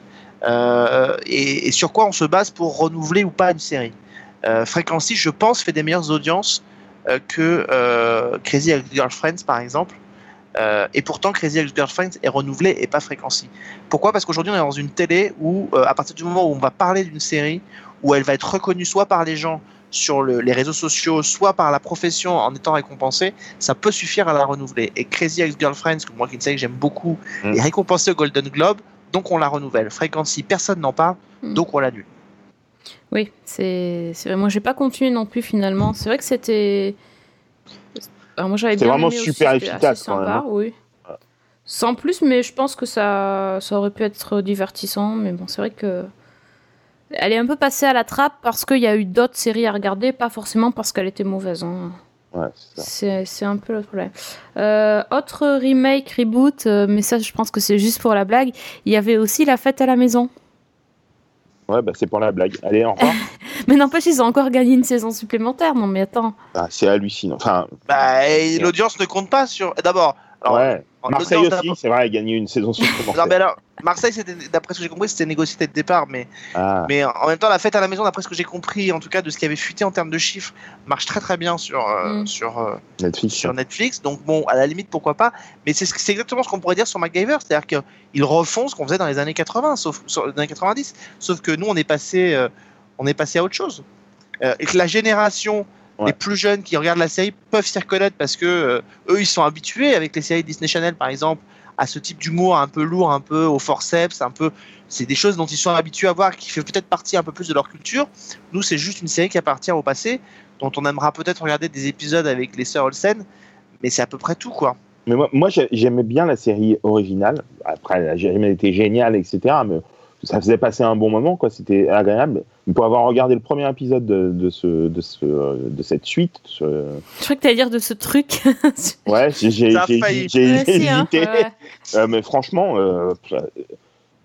Et sur quoi on se base pour renouveler ou pas une série. Frequency, je pense, fait des meilleures audiences que Crazy Ex-Girlfriends, par exemple. Et pourtant, Crazy Ex-Girlfriends est renouvelé et pas Frequency. Pourquoi ? Parce qu'aujourd'hui, on est dans une télé où, à partir du moment où on va parler d'une série, où elle va être reconnue soit par les gens sur les réseaux sociaux, soit par la profession en étant récompensée, ça peut suffire à la renouveler. Et Crazy Ex-Girlfriends, que moi, qui est une série que j'aime beaucoup, est récompensée au Golden Globe, donc on la renouvelle. Frequency, personne n'en parle, donc on l'annule. Oui, c'est vrai. Moi, j'ai pas continué non plus finalement. C'est vrai que c'était. Alors, moi, j'avais bien vraiment aimé super aussi, efficace sympa, quand même. Oui. Sans plus, mais je pense que ça aurait pu être divertissant. Mais bon, c'est vrai que elle est un peu passée à la trappe parce qu'il y a eu d'autres séries à regarder, pas forcément parce qu'elle était mauvaise. Hein. Ouais, c'est un peu le problème. Autre remake, reboot, mais ça, je pense que c'est juste pour la blague. Il y avait aussi La Fête à la maison. Ouais, c'est pour la blague. Allez, au revoir. Mais n'empêche, ils ont encore gagné une saison supplémentaire. Non, mais attends. C'est hallucinant. Enfin, l'audience ne compte pas sur. D'abord. Alors, Marseille aussi, c'est vrai, a gagné une saison supplémentaire. Non, mais alors, Marseille, d'après ce que j'ai compris, c'était négocié dès le départ. Mais en même temps, La Fête à la maison, d'après ce que j'ai compris, en tout cas de ce qui avait fuité en termes de chiffres, marche très très bien sur Netflix. Donc bon, à la limite, pourquoi pas. Mais c'est exactement ce qu'on pourrait dire sur MacGyver. C'est-à-dire qu'ils refont ce qu'on faisait dans les années 80, dans les années 90. Sauf que nous, on est passé à autre chose. Et que la génération... Les plus jeunes qui regardent la série peuvent s'y reconnaître parce que eux, ils sont habitués avec les séries Disney Channel, par exemple, à ce type d'humour un peu lourd, un peu au forceps, c'est des choses dont ils sont habitués à voir, qui fait peut-être partie un peu plus de leur culture. Nous, c'est juste une série qui appartient au passé, dont on aimera peut-être regarder des épisodes avec les sœurs Olsen, mais c'est à peu près tout, quoi. Mais moi j'aimais bien la série originale. Après, elle n'a jamais été géniale, etc. Mais ça faisait passer un bon moment, quoi. C'était agréable. Pour avoir regardé le premier épisode de cette suite. Je crois que tu allais dire de ce truc. Ouais, j'ai hésité. Mais franchement,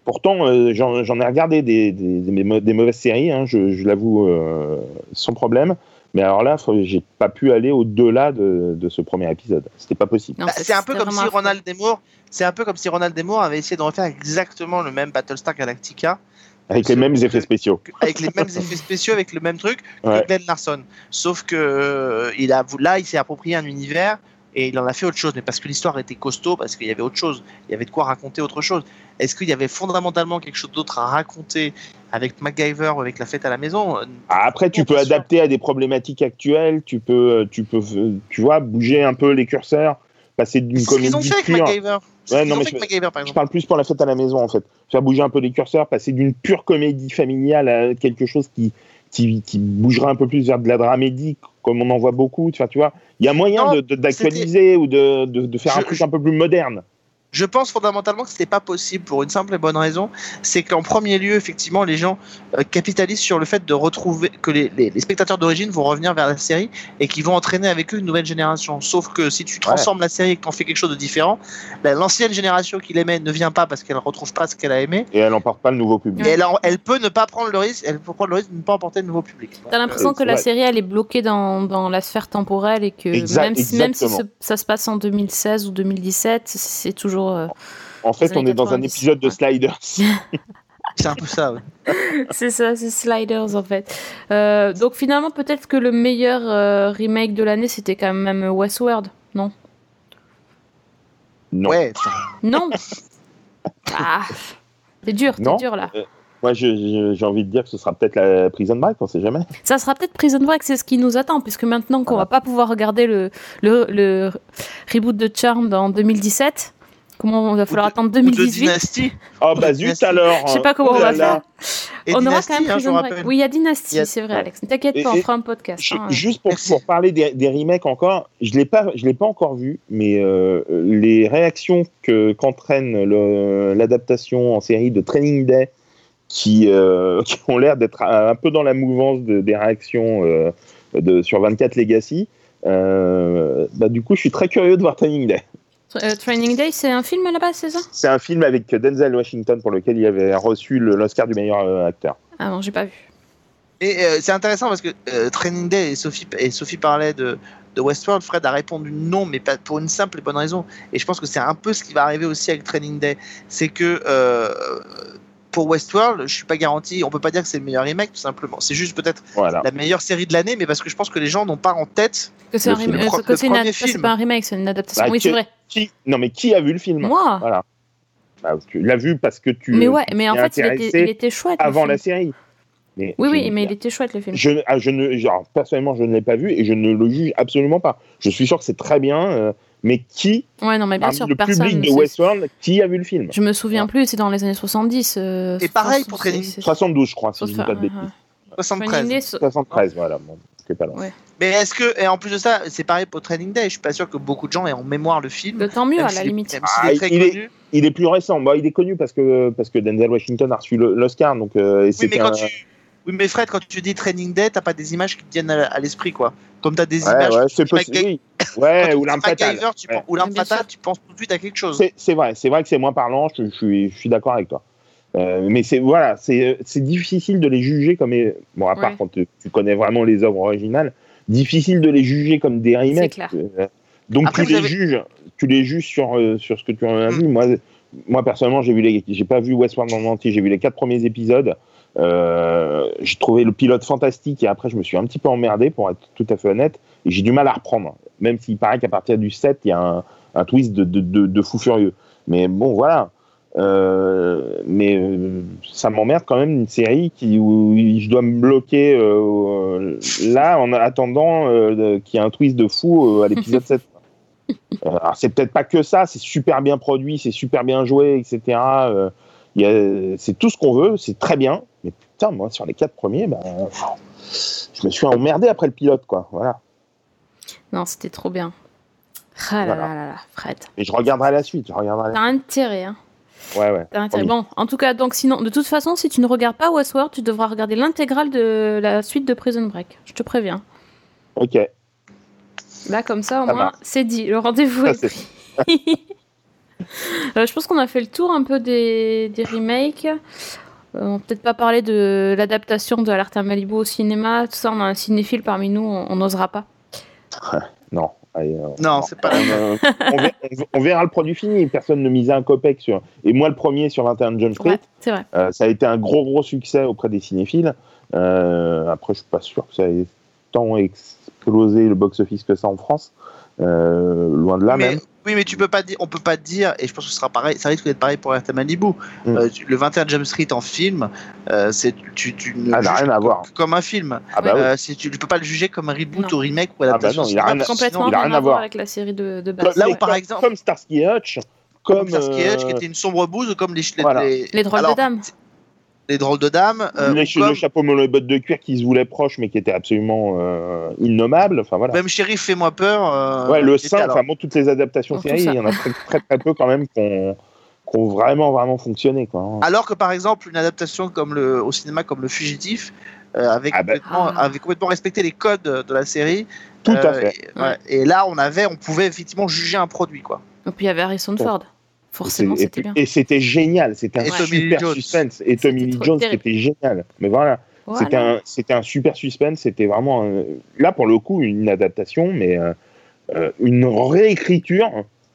Pourtant, j'en ai regardé des mauvaises séries, hein, je l'avoue, sans problème. Mais alors là, j'ai pas pu aller au-delà de ce premier épisode. C'était pas possible. Non, C'est un peu comme si Ronald D. Moore avait essayé de refaire exactement le même Battlestar Galactica. Avec les mêmes effets spéciaux. Avec les mêmes effets spéciaux, avec le même truc Ouais. que Glenn Larson. Sauf que il s'est approprié un univers et il en a fait autre chose. Mais parce que l'histoire était costaud, parce qu'il y avait autre chose. Il y avait de quoi raconter autre chose. Est-ce qu'il y avait fondamentalement quelque chose d'autre à raconter avec MacGyver ou avec la fête à la maison? Après, tu peux adapter à des problématiques actuelles. Tu vois, bouger un peu les curseurs, passer d'une comédie C'est ce qu'ils ont fait pure. avec MacGyver. Ouais, non, mais MacGyver, par Je exemple. parle plus pour la fête à la maison, en fait. Faire bouger un peu les curseurs, passer d'une pure comédie familiale à quelque chose qui bougera un peu plus vers de la dramédie, comme on en voit beaucoup. Enfin, tu vois, il y a moyen Non, d'actualiser ou de faire un truc un peu plus moderne. Je pense fondamentalement que c'était pas possible pour une simple et bonne raison, c'est qu'en premier lieu, effectivement, les gens capitalisent sur le fait de retrouver que les spectateurs d'origine vont revenir vers la série et qu'ils vont entraîner avec eux une nouvelle génération. Sauf que si tu transformes la série et que tu en fais quelque chose de différent, l'ancienne génération qui l'aimait ne vient pas parce qu'elle ne retrouve pas ce qu'elle a aimé. Et elle n'emporte pas le nouveau public. Et elle peut ne pas prendre le risque, elle peut prendre le risque de ne pas emporter de nouveau public. T'as l'impression que la série elle est bloquée dans la sphère temporelle et que même si ça se passe en 2016 ou 2017, c'est toujours. En fait, on est dans un épisode de Sliders. C'est un peu ça, ouais. C'est ça, c'est Sliders en fait. Donc finalement, peut-être que le meilleur remake de l'année, c'était quand même Westworld, non? Non. Ouais. Non. Ah, t'es dur là. Moi, j'ai envie de dire que ce sera peut-être la Prison Break, on sait jamais. Ça sera peut-être Prison Break, c'est ce qui nous attend, puisque maintenant qu'on va pas pouvoir regarder le reboot de Charmed en 2017, comment on va falloir attendre 2018. Ou de Dynasty. Oh bah zut alors. Je sais pas comment on va faire. Et On Dynasty, aura quand même Prison Break. rappelle. Oui, il y a Dynasty, c'est vrai, Alex. Ne t'inquiète pas, on fera un podcast. Juste pour parler des remakes encore, je l'ai pas encore vu, mais les réactions qu'entraîne l'adaptation en série de Training Day, qui ont l'air d'être un peu dans la mouvance des réactions sur 24 Legacy, du coup, je suis très curieux de voir Training Day. Training Day, c'est un film à la base, c'est ça? C'est un film avec Denzel Washington pour lequel il avait reçu l'Oscar du meilleur acteur. Ah non, j'ai pas vu. Et c'est intéressant parce que Training Day et Sophie parlaient de Westworld. Fred a répondu non, mais pas pour une simple et bonne raison. Et je pense que c'est un peu ce qui va arriver aussi avec Training Day. C'est que pour Westworld, je suis pas garanti, on peut pas dire que c'est le meilleur remake tout simplement. C'est juste peut-être la meilleure série de l'année, mais parce que je pense que les gens n'ont pas en tête que c'est un remake. C'est pas un remake, c'est une adaptation. Oui, c'est vrai. Mais qui a vu le film? Moi. Voilà. Tu l'as vu parce que tu. Mais ouais, mais en fait, il était chouette. Avant la série. Mais il était chouette le film. Personnellement, je ne l'ai pas vu et je ne le juge absolument pas. Je suis sûr que c'est très bien. Mais qui, ouais, non, mais bien sûr, le public de Westworld, qui a vu le film? Je me souviens plus, c'est dans les années 70. Et pareil pour Training 72, je crois, si je ne dis pas de bêtises. 73, voilà, bon, c'est pas loin. Ouais. Mais est-ce que, et en plus de ça, c'est pareil pour Training Day, je suis pas sûr que beaucoup de gens aient en mémoire le film. Tant mieux, à la limite. Il est plus récent. Bon, il est connu parce que Denzel Washington a reçu l'Oscar, donc. Oui, mais Fred, quand tu dis Training Day, t'as pas des images qui te viennent à l'esprit, quoi. Comme t'as des images. Ouais, c'est possible. Ouais, ou l'arme fatale. Ou l'arme fatale, tu penses tout de suite à quelque chose. C'est vrai que c'est moins parlant. Je suis d'accord avec toi. Mais c'est difficile de les juger comme bon, à part quand tu connais vraiment les œuvres originales, difficile de les juger comme des remakes. C'est clair. Donc après, tu les juges sur ce que tu en as vu. Moi personnellement, j'ai pas vu Westworld en entier. J'ai vu les 4 premiers épisodes. J'ai trouvé le pilote fantastique et après je me suis un petit peu emmerdé pour être tout à fait honnête et j'ai du mal à reprendre, même s'il paraît qu'à partir du 7 il y a un twist de fou furieux, mais bon voilà. Mais ça m'emmerde quand même une série où je dois me bloquer là en attendant qu'il y ait un twist de fou à l'épisode 7. Alors c'est peut-être pas que ça, c'est super bien produit, c'est super bien joué, etc. C'est tout ce qu'on veut, c'est très bien, mais putain, moi sur les 4 premiers, je me suis emmerdé après le pilote, quoi. Voilà. Non, c'était trop bien. Ah là là, Fred. Et je regarderai la suite. T'as intérêt, hein. Ouais. Bon, en tout cas, donc sinon, de toute façon, si tu ne regardes pas Westworld, tu devras regarder l'intégrale de la suite de Prison Break. Je te préviens. Ok. Là, comme ça, au moins, c'est dit. Le rendez-vous est pris. Je pense qu'on a fait le tour un peu des remakes. On va peut-être pas parler de l'adaptation de Alerta Malibu au cinéma. Tout ça, on a un cinéphile parmi nous, on n'osera pas. Non. Allez, Non, c'est pas on verra le produit fini. Personne ne misait un copec sur. Et moi, le premier sur 21 Jump Street, Ouais, c'est vrai. ça a été un gros succès auprès des cinéphiles. Après, je suis pas sûr que ça ait tant explosé le box-office que ça en France. Loin de là, même. Oui, mais on peut pas dire, et je pense que ce sera pareil, ça risque d'être pareil pour Alerta Malibu. Le 21 Jump Street en film, tu ne n'a rien à voir. Comme un film. Ah bah tu ne peux pas le juger comme un reboot Non. ou remake ou adaptation. il a rien Complètement il a rien à voir avec la série de base. Là où, par exemple, comme Starsky Hutch, comme Starsky Hutch, qui était une sombre bouse, comme les drôles de dames. Les drôles de dames. le chapeau melon et bottes de cuir qui se voulait proche mais qui était absolument innommable. Enfin, voilà. Même Shérif, fais-moi peur. Le sein, toutes les adaptations Tout séries, ça. il y en a très peu quand même qui ont vraiment fonctionné. Quoi. Alors que par exemple, une adaptation au cinéma comme Le Fugitif, avait complètement respecté les codes de la série. Tout à fait. Et là, on pouvait effectivement juger un produit, quoi. Et puis il y avait Harrison Ford. Forcément, c'était bien. Et c'était génial, c'était un super suspense. Et Tommy Lee Jones, c'était génial. Mais voilà. C'était un super suspense, c'était vraiment, là pour le coup, une adaptation, mais une réécriture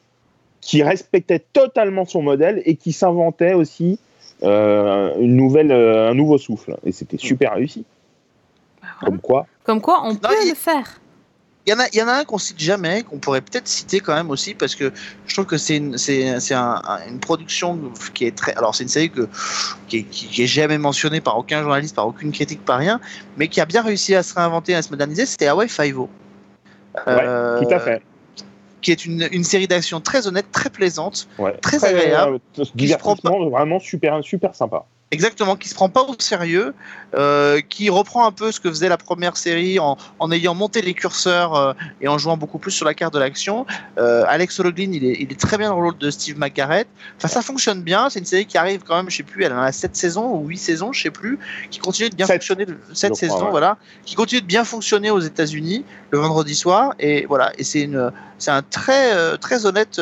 qui respectait totalement son modèle et qui s'inventait aussi un nouveau souffle. Et c'était super réussi. Voilà. Comme quoi, on peut le faire. Il y en a un qu'on cite jamais, qu'on pourrait peut-être citer quand même aussi, parce que je trouve que c'est une production qui est très. Alors, c'est une série qui est jamais mentionnée par aucun journaliste, par aucune critique, par rien, mais qui a bien réussi à se réinventer, à se moderniser. C'était Hawaii Five-O. Tout à fait. Qui est une série d'action très honnête, très plaisante, très agréable. Divertissement vraiment super sympa. Exactement, qui se prend pas au sérieux, qui reprend un peu ce que faisait la première série en ayant monté les curseurs et en jouant beaucoup plus sur la carte de l'action. Alex O'Loughlin, il est très bien dans le rôle de Steve McGarrett. Enfin, ça fonctionne bien. C'est une série qui arrive quand même, je sais plus, elle en a 7 saisons ou 8 saisons, je sais plus, qui continue de bien fonctionner. 7 saisons, voilà, qui continue de bien fonctionner aux États-Unis le vendredi soir. Et voilà, et c'est un très honnête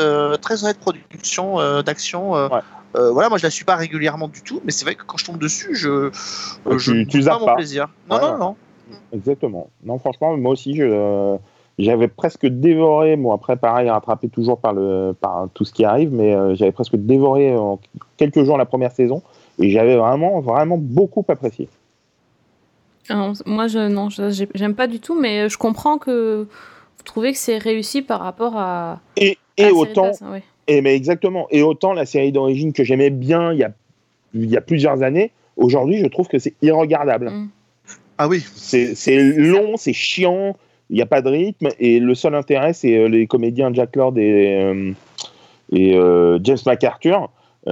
production d'action. Voilà, moi je la suis pas régulièrement du tout, mais c'est vrai que quand je tombe dessus, je ne pas mon plaisir. Non. Exactement. Non, franchement, moi aussi, j'avais presque dévoré. Bon, après, pareil, rattrapé toujours par tout ce qui arrive, mais j'avais presque dévoré en quelques jours la première saison, et j'avais vraiment beaucoup apprécié. Alors, moi, j'aime pas du tout, mais je comprends que vous trouvez que c'est réussi par rapport à. Et autant. Mais exactement. Et autant la série d'origine que j'aimais bien il y a plusieurs années, aujourd'hui, je trouve que c'est irregardable. Ah oui. C'est long, c'est chiant, il n'y a pas de rythme, et le seul intérêt, c'est les comédiens Jack Lord et James McArthur.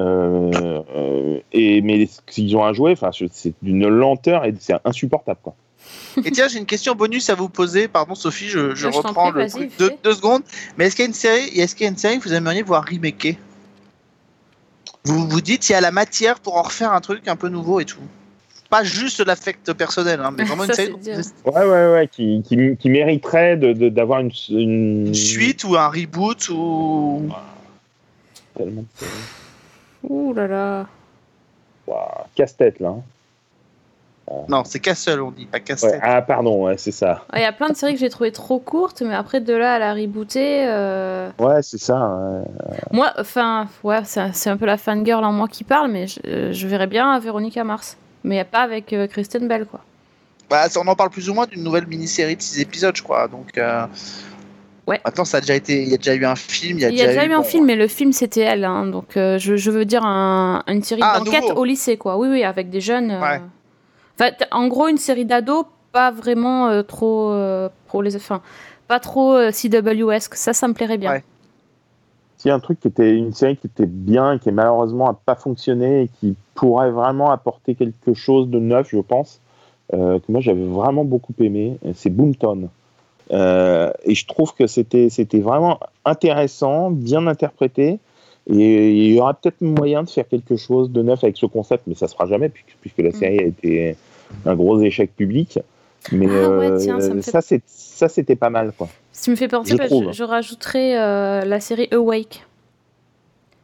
Mais s'ils ont à jouer, c'est d'une lenteur et c'est insupportable, quoi. Et tiens, j'ai une question bonus à vous poser. Pardon, Sophie, je reprends le truc 2 secondes. Mais est-ce qu'il y a une série que vous aimeriez voir remaker ? Vous vous dites, il y a la matière pour en refaire un truc un peu nouveau et tout. Pas juste de l'affect personnel, hein, mais vraiment une série. Qui mériterait d'avoir une suite ou un reboot ou. Tellement de séries. Ouh là là. Casse-tête, là. Non, c'est Castle, on dit, pas casse-tête. Ah, pardon, c'est ça. Il y a plein de séries que j'ai trouvées trop courtes, mais après, de là à la rebooter... Ouais, c'est ça. Moi, c'est un peu la fangirl en moi qui parle, mais je verrais bien Véronica Mars. Mais pas avec Kristen Bell, quoi. Bah, on en parle plus ou moins d'une nouvelle mini-série de 6 épisodes, je crois, donc... Ouais. Attends, il y a déjà eu un film. Il y a déjà eu un film, mais le film c'était elle, hein, donc je veux dire une série d'enquête au lycée, quoi. Oui, avec des jeunes. Ouais. Enfin, en gros, une série d'ados, pas vraiment trop pour les, pas trop CW-esque. Ça me plairait bien. Ouais. S'il y a une série qui était bien, qui malheureusement n'a pas fonctionné et qui pourrait vraiment apporter quelque chose de neuf, je pense, que moi j'avais vraiment beaucoup aimé, c'est Boomtown. Et je trouve que c'était vraiment intéressant, bien interprété, et il y aura peut-être moyen de faire quelque chose de neuf avec ce concept, mais ça se fera jamais puisque la série a été un gros échec public. Mais ça c'était pas mal, quoi. Si tu me fais penser, je rajouterais la série Awake.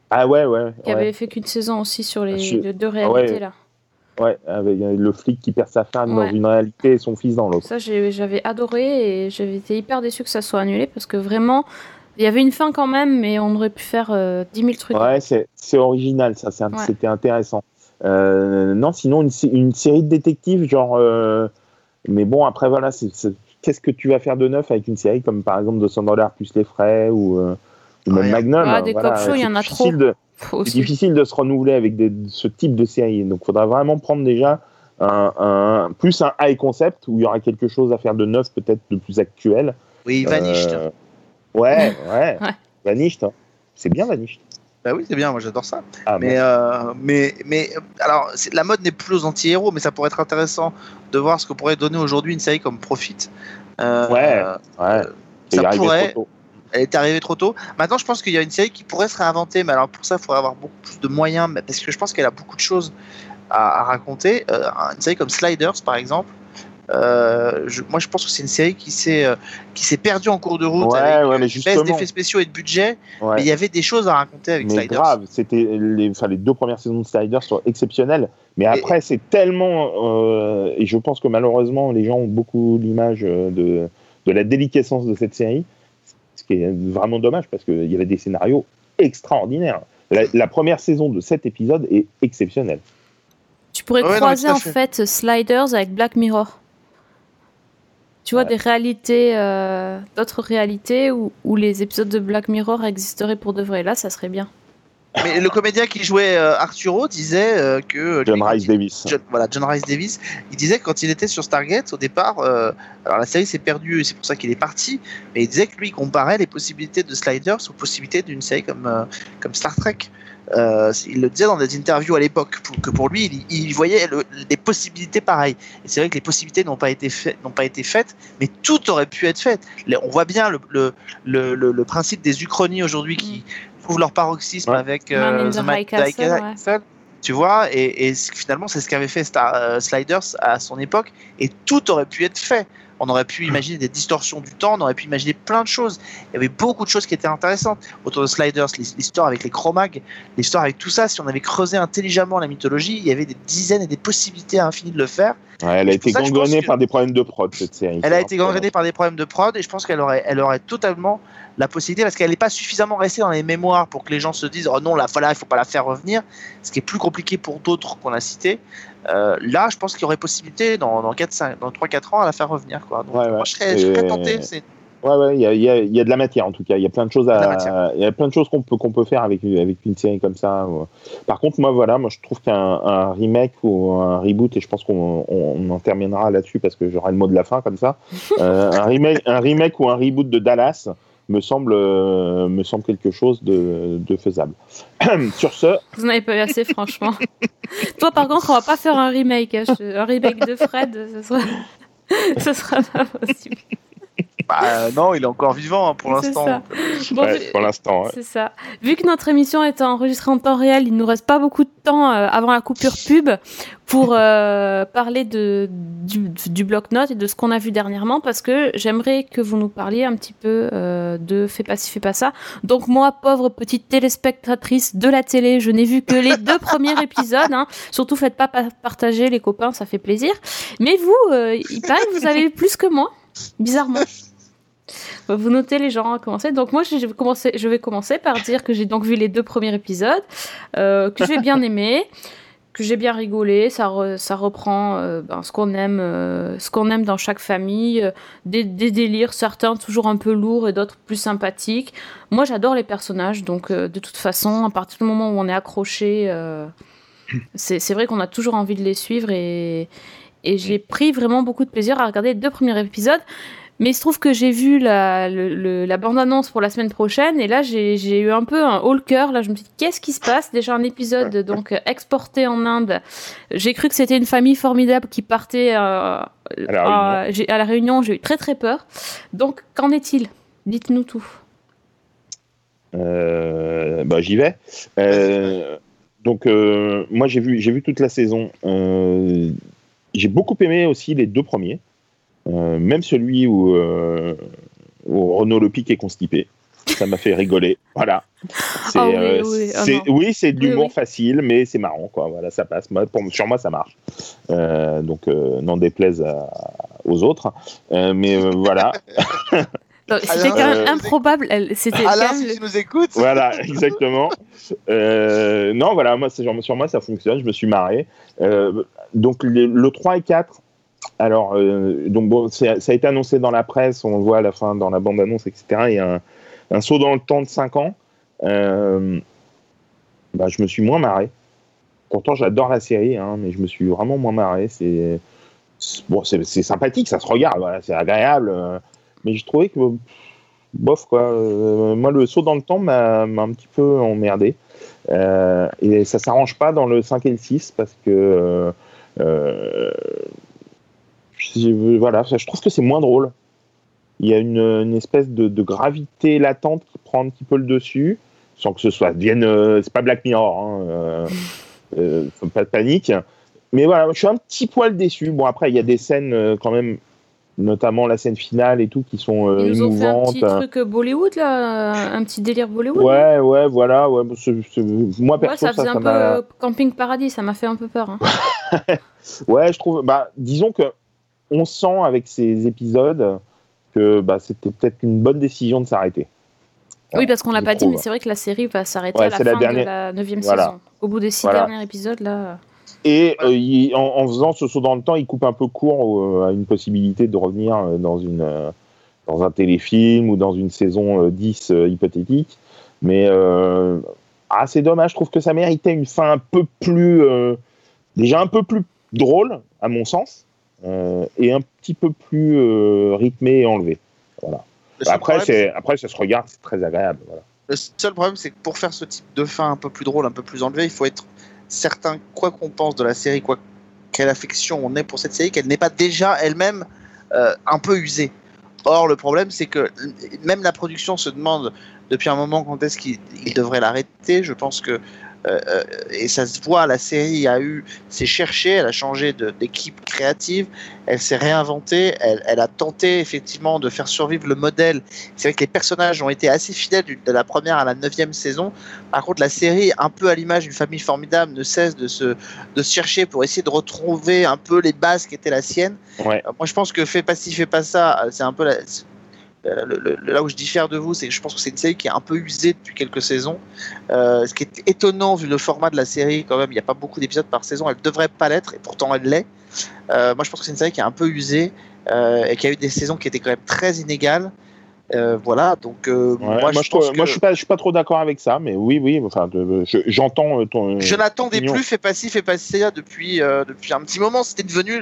Ah ouais. Qui avait fait qu'une saison aussi sur les deux réalités là. Ouais, avec le flic qui perd sa femme dans une réalité et son fils dans l'autre. Ça, j'avais adoré et j'avais été hyper déçue que ça soit annulé parce que vraiment, il y avait une fin quand même, mais on aurait pu faire 10 000 trucs. Ouais, c'est original, ça, c'était intéressant. Non, sinon, une série de détectives, genre. Mais bon, après, voilà, qu'est-ce que tu vas faire de neuf avec une série comme par exemple $200 plus les frais ou même Magnum. Des cop shows, il y en a trop. C'est difficile de se renouveler avec ce type de série. Donc, il faudra vraiment prendre déjà plus un high concept où il y aura quelque chose à faire de neuf, peut-être de plus actuel. Oui, Vanished. Ouais. Vanished. Hein. C'est bien Vanished. Bah oui, c'est bien, moi j'adore ça. Mais alors, la mode n'est plus aux anti-héros, mais ça pourrait être intéressant de voir ce que pourrait donner aujourd'hui une série comme Profit. Ça pourrait. Elle est arrivée trop tôt. Maintenant, je pense qu'il y a une série qui pourrait se réinventer, mais alors pour ça, il faudrait avoir beaucoup plus de moyens, parce que je pense qu'elle a beaucoup de choses à raconter. Une série comme Sliders, par exemple. Moi, je pense que c'est une série qui s'est perdue en cours de route avec mais baisse d'effets spéciaux et de budget. Mais il y avait des choses à raconter avec Sliders. Mais grave, c'était les 2 premières saisons de Sliders sont exceptionnelles. Mais après, c'est tellement... et je pense que malheureusement, les gens ont beaucoup l'image de la déliquescence de cette série. Ce qui est vraiment dommage parce qu'il y avait des scénarios extraordinaires. La première saison de 7 épisodes est exceptionnelle. Tu pourrais croiser en fait Sliders avec Black Mirror. Tu vois, des réalités, d'autres réalités où les épisodes de Black Mirror existeraient pour de vrai. Là, ça serait bien. Mais le comédien qui jouait Arturo disait que... John Rhys Davies. John Rhys Davies. Il disait que quand il était sur Stargate, au départ, alors la série s'est perdue, c'est pour ça qu'il est parti, mais il disait que lui, il comparait les possibilités de Sliders aux possibilités d'une série comme Star Trek. Il le disait dans des interviews à l'époque, que pour lui, il voyait des possibilités pareilles. Et c'est vrai que les possibilités n'ont pas été faites, mais tout aurait pu être fait. On voit bien le principe des uchronies aujourd'hui qui trouvent leur paroxysme avec The High Castle. Tu vois, et finalement, c'est ce qu'avait fait Sliders à son époque, et tout aurait pu être fait. On aurait pu imaginer des distorsions du temps, on aurait pu imaginer plein de choses. Il y avait beaucoup de choses qui étaient intéressantes autour de Sliders, l'histoire avec les Cro-Mags, l'histoire avec tout ça. Si on avait creusé intelligemment la mythologie, il y avait des dizaines et des possibilités infinies de le faire. Ouais, elle a été gangrenée par des problèmes de prod, cette série. Elle a été gangrenée par des problèmes de prod, et je pense qu'elle aurait totalement la possibilité, parce qu'elle n'est pas suffisamment restée dans les mémoires pour que les gens se disent oh non, là, il ne faut pas la faire revenir, ce qui est plus compliqué pour d'autres qu'on a cités. Là, je pense qu'il y aurait possibilité dans 3-4 ans à la faire revenir, quoi. Donc, moi, je serais tenté. Il y a de la matière en tout cas. Il y a plein de choses qu'on peut faire avec une série comme ça. Par contre, moi je trouve qu'un remake ou un reboot, et je pense qu'on en terminera là-dessus parce que j'aurai le mot de la fin comme ça. Un remake ou un reboot de Dallas me semble quelque chose de faisable. Sur ce, vous n'en avez pas eu assez, franchement. Toi, par contre, on va pas faire un remake. Un remake de Fred, ce sera pas possible. Non, il est encore vivant pour l'instant. Pour l'instant. C'est ça. Vu que notre émission est enregistrée en temps réel, il nous reste pas beaucoup de temps avant la coupure pub pour parler du bloc-notes et de ce qu'on a vu dernièrement, parce que j'aimerais que vous nous parliez un petit peu de Fais pas ci, fais pas ça. Donc moi, pauvre petite téléspectatrice de la télé, je n'ai vu que les 2 premiers épisodes. Surtout, faites pas partager les copains, ça fait plaisir. Mais vous, il paraît que vous avez vu plus que moi, bizarrement. Vous notez les gens à commencer. Donc moi, je vais commencer par dire que j'ai donc vu les 2 premiers épisodes, que j'ai bien aimé, que j'ai bien rigolé. Ça reprend ce qu'on aime dans chaque famille, des délires, certains toujours un peu lourds et d'autres plus sympathiques. Moi, j'adore les personnages, donc de toute façon, à partir du moment où on est accroché, c'est vrai qu'on a toujours envie de les suivre, et j'ai pris vraiment beaucoup de plaisir à regarder les 2 premiers épisodes. Mais il se trouve que j'ai vu la bande-annonce pour la semaine prochaine, et là j'ai eu un peu un haut le cœur. Là, je me suis dit, qu'est-ce qui se passe ? Déjà un épisode donc exporté en Inde. J'ai cru que c'était une famille formidable qui partait à la Réunion. J'ai eu très très peur. Donc, qu'en est-il ? Dites-nous tout. J'y vais. Donc, moi j'ai vu toute la saison. J'ai beaucoup aimé aussi les 2 premiers. Même celui où Renaud Lepic est constipé. Ça m'a fait rigoler. Voilà. C'est, c'est de l'humour facile, mais c'est marrant, quoi. Voilà, ça passe. Sur moi, ça marche. Donc, n'en déplaise aux autres. Mais voilà. C'était quand même improbable. C'était Alain, quand même si tu nous écoutes. Voilà, exactement. Non, voilà, moi, sur moi, ça fonctionne. Je me suis marré. Donc, le 3 et 4. Alors, donc bon, ça a été annoncé dans la presse. On le voit à la fin dans la bande-annonce, etc. Il y a un saut dans le temps de 5 ans. Je me suis moins marré. Pourtant, j'adore la série, hein, mais je me suis vraiment moins marré. C'est sympathique, ça se regarde, voilà, c'est agréable. Mais je trouvais que, bof, quoi. Moi, le saut dans le temps m'a un petit peu emmerdé. Et ça s'arrange pas dans le 5 et le 6 parce que... voilà, je trouve que c'est moins drôle. Il y a une espèce de gravité latente qui prend un petit peu le dessus, sans que ce soit c'est pas Black Mirror, pas de panique. Mais voilà, je suis un petit poil déçu. Bon, après, il y a des scènes quand même, notamment la scène finale et tout, qui sont Ils nous ont fait un émouvantes. petit truc Bollywood, là, un petit délire Bollywood. Ouais, voilà. Ouais, moi, perso, ça faisait un peu Camping Paradis, ça m'a fait un peu peur. Hein. Ouais, je trouve. Disons que on sent avec ces épisodes que c'était peut-être une bonne décision de s'arrêter. Oui, parce qu'on l'a pas dit, mais c'est vrai que la série va s'arrêter à la fin de la 9e saison. Au bout des 6 derniers épisodes, là... Et en faisant ce saut dans le temps, il coupe un peu court à une possibilité de revenir dans un téléfilm ou dans une saison 10 hypothétique. Mais c'est dommage, je trouve que ça méritait une fin un peu plus... déjà un peu plus drôle, à mon sens. Et un petit peu plus rythmé et enlevé. Voilà. Après, ça se regarde, c'est très agréable. Voilà. Le seul problème, c'est que pour faire ce type de fin un peu plus drôle, un peu plus enlevé, il faut être certain, quoi qu'on pense de la série, quelle affection on ait pour cette série, qu'elle n'est pas déjà elle-même un peu usée. Or, le problème, c'est que même la production se demande depuis un moment quand est-ce qu'il devrait l'arrêter. Je pense que et ça se voit, la série s'est cherchée, elle a changé d'équipe créative, elle s'est réinventée, elle a tenté effectivement de faire survivre le modèle. C'est vrai que les personnages ont été assez fidèles de la première à la 9e saison. Par contre, la série, un peu à l'image d'une famille formidable, ne cesse de se chercher pour essayer de retrouver un peu les bases qui étaient la sienne. Ouais. Moi, je pense que Fais pas ci, fais pas ça, c'est un peu là où je diffère de vous, c'est que je pense que c'est une série qui est un peu usée depuis quelques saisons. Ce qui est étonnant vu le format de la série, quand même, il n'y a pas beaucoup d'épisodes par saison, elle ne devrait pas l'être, et pourtant elle l'est. Moi, je pense que c'est une série qui est un peu usée et qui a eu des saisons qui étaient quand même très inégales. Voilà, donc moi je suis pas trop d'accord avec ça, mais oui, enfin, j'entends ton. Je n'attendais plus Fais pas ci, fais pas ça depuis un petit moment. C'était devenu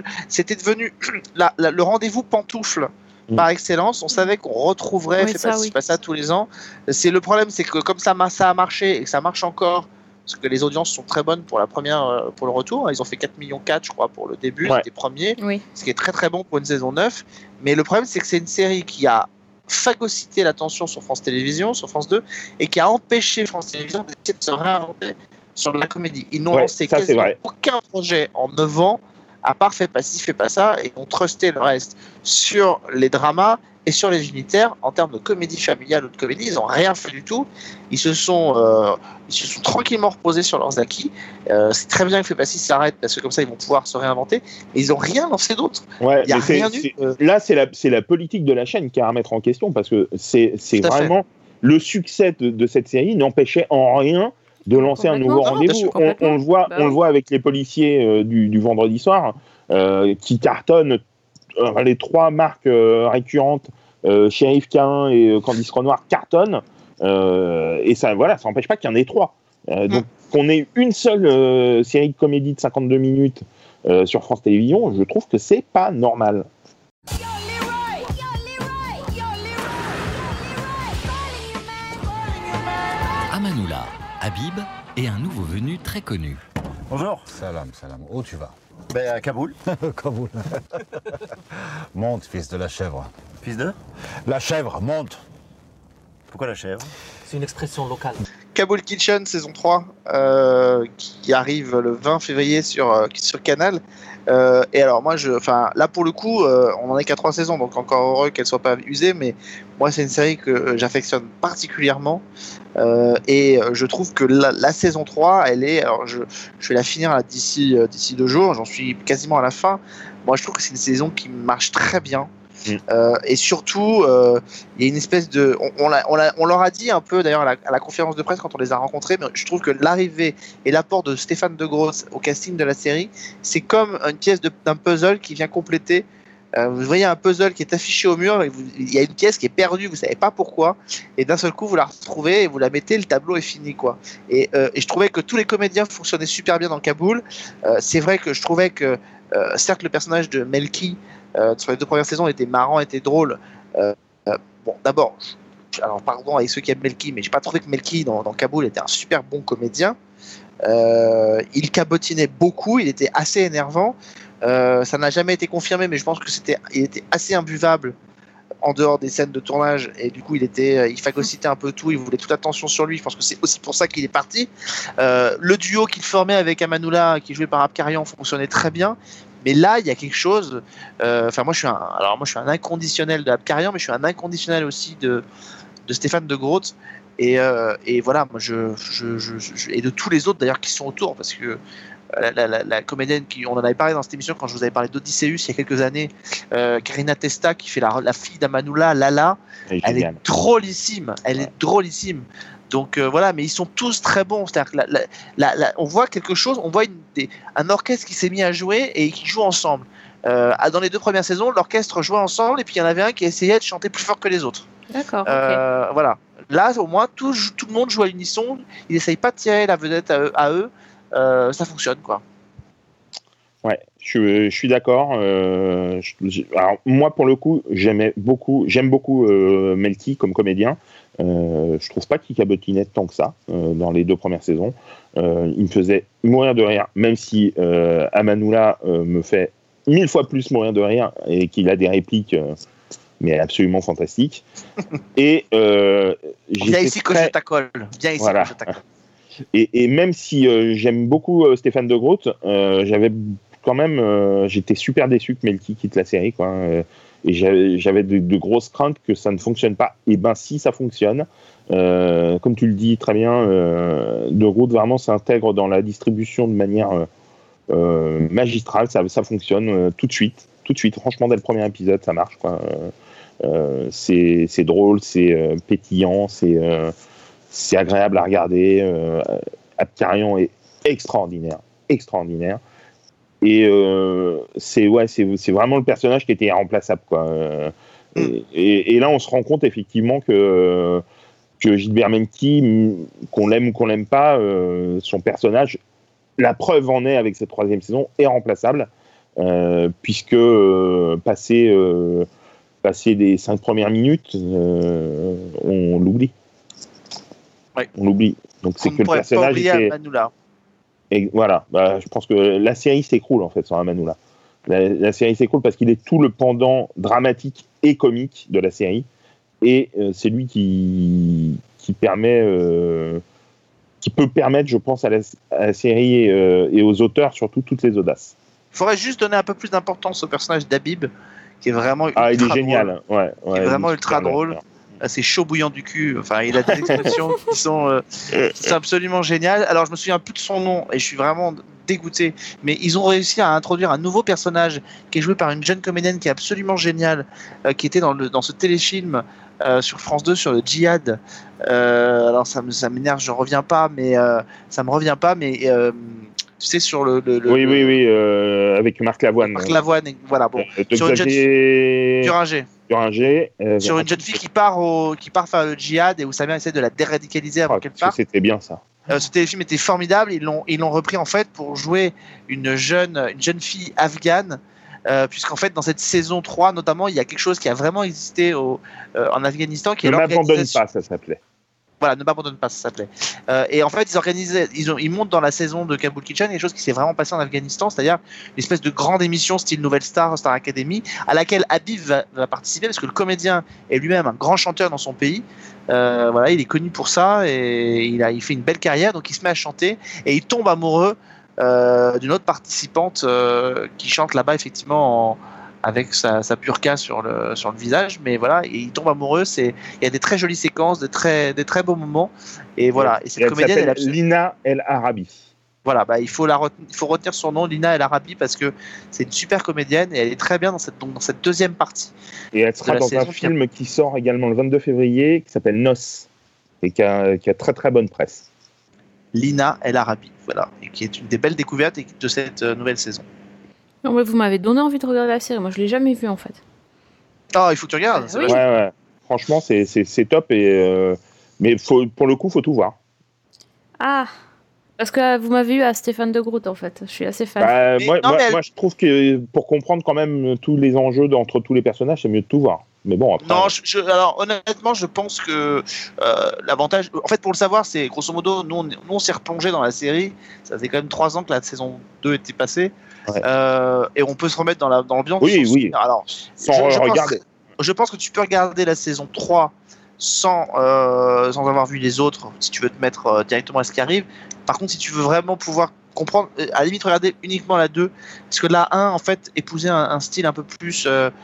le rendez-vous pantoufle par excellence. On savait qu'on retrouverait Fais pas ça tous les ans. Le problème, c'est que comme ça a marché et que ça marche encore, parce que les audiences sont très bonnes pour la première, pour le retour. Ils ont fait 4,4 millions, je crois, pour le début, c'était premier, ce qui est très très bon pour une saison 9. Mais le problème, c'est que c'est une série qui a phagocyté l'attention sur France Télévisions, sur France 2, et qui a empêché France Télévisions d'essayer de se réinventer sur de la comédie. Ils n'ont lancé quasiment aucun projet en 9 ans, à part Fais pas ci, fais pas ça, et ont trusté le reste sur les dramas et sur les unitaires. En termes de comédie familiale ou de comédie, ils n'ont rien fait du tout. Ils se sont tranquillement reposés sur leurs acquis. C'est très bien que Fais pas ci s'arrête, parce que comme ça, ils vont pouvoir se réinventer. Mais ils n'ont rien lancé d'autre. Ouais, il y a rien eu. Là, c'est la politique de la chaîne qui a à remettre en question, parce que c'est vraiment le succès de cette série n'empêchait en rien de lancer un nouveau rendez-vous. On le voit avec les policiers du vendredi soir, qui cartonnent. Les 3 marques récurrentes, Shérif K1 et Candice Renoir, cartonnent. Et ça n'empêche pas qu'il y en ait 3. Donc, qu'on ait une seule série de comédie de 52 minutes sur France Télévisions, je trouve que c'est pas normal. Amanoula, Habib et un nouveau venu très connu. Bonjour. Salam. Où tu vas? À Kaboul. Kaboul. Monte, fils de la chèvre. Fils de? La chèvre, monte. Pourquoi la chèvre? C'est une expression locale. Kabul Kitchen saison 3 qui arrive le 20 février sur Canal. Et alors moi, là pour le coup, on en est qu'à 3 saisons, donc encore heureux qu'elle soit pas usée, mais moi c'est une série que j'affectionne particulièrement. Et je trouve que la saison 3, alors je vais la finir là, d'ici 2 jours, j'en suis quasiment à la fin. Moi je trouve que c'est une saison qui marche très bien. Et surtout, il y a une espèce de. On leur a dit un peu d'ailleurs à la conférence de presse quand on les a rencontrés, mais je trouve que l'arrivée et l'apport de Stéphane de Groot au casting de la série, c'est comme une pièce d'un puzzle qui vient compléter. Vous voyez un puzzle qui est affiché au mur, et il y a une pièce qui est perdue, vous savez pas pourquoi, et d'un seul coup vous la retrouvez et vous la mettez, le tableau est fini quoi. Et je trouvais que tous les comédiens fonctionnaient super bien dans Kaboul. C'est vrai que je trouvais que certes le personnage de Melki sur les 2 premières saisons était marrant, était drôle. Bon, d'abord, alors pardon avec ceux qui aiment Melki, mais j'ai pas trouvé que Melki dans Kaboul était un super bon comédien. Il cabotinait beaucoup, il était assez énervant. Ça n'a jamais été confirmé, mais je pense que il était assez imbuvable en dehors des scènes de tournage, et du coup il phagocytait un peu tout, il voulait toute attention sur lui. Je pense que c'est aussi pour ça qu'il est parti. Le duo qu'il formait avec Amanoula, qui jouait par Abkarian, fonctionnait très bien. Mais là, il y a quelque chose. Moi, je suis un inconditionnel de Abkarian, mais je suis un inconditionnel aussi de Stéphane de Groot. Et voilà, moi, et de tous les autres d'ailleurs qui sont autour, parce que la comédienne on en avait parlé dans cette émission quand je vous avais parlé d'Odysseus il y a quelques années, Karina Testa qui fait la fille d'Amanoula, Lala, elle est drôlissime. Donc voilà, mais ils sont tous très bons. C'est-à-dire que on voit quelque chose, on voit un orchestre qui s'est mis à jouer et qui joue ensemble. Dans les 2 premières saisons, l'orchestre jouait ensemble et puis il y en avait un qui essayait de chanter plus fort que les autres. D'accord. Okay. Voilà. Là, au moins, tout le monde joue à l'unisson. Ils n'essayent pas de tirer la vedette à eux. Ça fonctionne, quoi. Ouais, je suis d'accord. Alors moi, pour le coup, j'aime beaucoup Melki comme comédien. Je trouve pas qu'il cabotinait tant que ça dans les 2 premières saisons. Il me faisait mourir de rire, même si Amanoula me fait 1000 fois plus mourir de rire et qu'il a des répliques mais absolument fantastiques. Et viens ici que je t'accole. Viens ici que je t'accole. Et même si j'aime beaucoup Stéphane de Groot, j'avais quand même, j'étais super déçu que Melki quitte la série, quoi. Et j'avais de grosses craintes que ça ne fonctionne pas. Et ben si ça fonctionne, comme tu le dis très bien, de Groot vraiment s'intègre dans la distribution de manière magistrale. Ça fonctionne tout de suite. Franchement, dès le premier épisode, ça marche, quoi. C'est drôle, c'est pétillant, c'est agréable à regarder. Abkarian est extraordinaire. Et c'est vraiment le personnage qui était irremplaçable, quoi. Et là, on se rend compte effectivement que Gilbert Melki, qu'on l'aime ou qu'on l'aime pas, son personnage, la preuve en est avec cette 3e saison, est remplaçable, puisque passer les 5 premières minutes, on l'oublie. Ouais. On l'oublie. Donc c'est que le personnage était... Et voilà, je pense que la série s'écroule en fait sans Amanoula. La série s'écroule parce qu'il est tout le pendant dramatique et comique de la série, et c'est lui qui permet, qui peut permettre, je pense, à la série et aux auteurs surtout toutes les audaces. Il faudrait juste donner un peu plus d'importance au personnage d'Habib, qui est vraiment ultra drôle. Il est génial, ouais, qui est vraiment ultra drôle. Bien. C'est chaud bouillant du cul. Enfin, il a des expressions qui sont absolument géniales. Alors, je me souviens plus de son nom et je suis vraiment dégoûté. Mais ils ont réussi à introduire un nouveau personnage qui est joué par une jeune comédienne qui est absolument géniale, qui était dans ce téléfilm sur France 2 sur le djihad. Alors, ça m'énerve, ça me revient pas, mais tu sais, sur le oui, avec Marc Lavoine. Voilà, bon. Sur sur une jeune fille qui part faire le djihad et où sa mère essaie de la déradicaliser avant qu'elle parte. C'était bien ça. Ce téléfilm était formidable. Ils l'ont repris en fait pour jouer une jeune fille afghane, puisqu'en fait dans cette saison 3 notamment il y a quelque chose qui a vraiment existé en Afghanistan qui est Ne m'abandonne pas, ça s'appelait. Voilà, Ne m'abandonne pas, ça s'appelait. Et en fait, ils montent dans la saison de Kabul Kitchen quelque chose qui s'est vraiment passé en Afghanistan, c'est-à-dire une espèce de grande émission style Nouvelle Star, Star Academy, à laquelle Habib va participer parce que le comédien est lui-même un grand chanteur dans son pays. Voilà, il est connu pour ça et il fait une belle carrière, donc il se met à chanter et il tombe amoureux d'une autre participante qui chante là-bas effectivement avec sa burqa sur le visage, mais voilà, il tombe amoureux. Il y a des très jolies séquences, des très beaux moments, et voilà. Et cette comédienne, s'appelle Lina El Arabi. Voilà, il faut retenir son nom, Lina El Arabi, parce que c'est une super comédienne et elle est très bien dans cette deuxième partie. Et elle sera dans un film qui sort également le 22 février, qui s'appelle Nos, et qui a très très bonne presse. Lina El Arabi, voilà, et qui est une des belles découvertes de cette nouvelle saison. Non, mais vous m'avez donné envie de regarder la série. Moi, je l'ai jamais vue en fait. Ah, il faut que tu regardes. Oui. Ouais. Franchement, c'est top. Mais pour le coup, faut tout voir. Ah, parce que vous m'avez eu à Stéphane de Groot en fait. Je suis assez fan. Moi, je trouve que pour comprendre quand même tous les enjeux entre tous les personnages, c'est mieux de tout voir. Mais bon, après. Non, alors honnêtement, je pense que l'avantage, en fait, pour le savoir, c'est grosso modo, nous on s'est replongé dans la série. Ça fait quand même 3 ans que la saison 2 était passée. Ouais. Et on peut se remettre dans l'ambiance. Oui. Alors, sans regarder. Je pense que tu peux regarder la saison 3 sans avoir vu les autres, si tu veux te mettre directement à ce qui arrive. Par contre, si tu veux vraiment pouvoir comprendre, à la limite, regarder uniquement la 2, parce que la 1, en fait, épousait un style un peu plus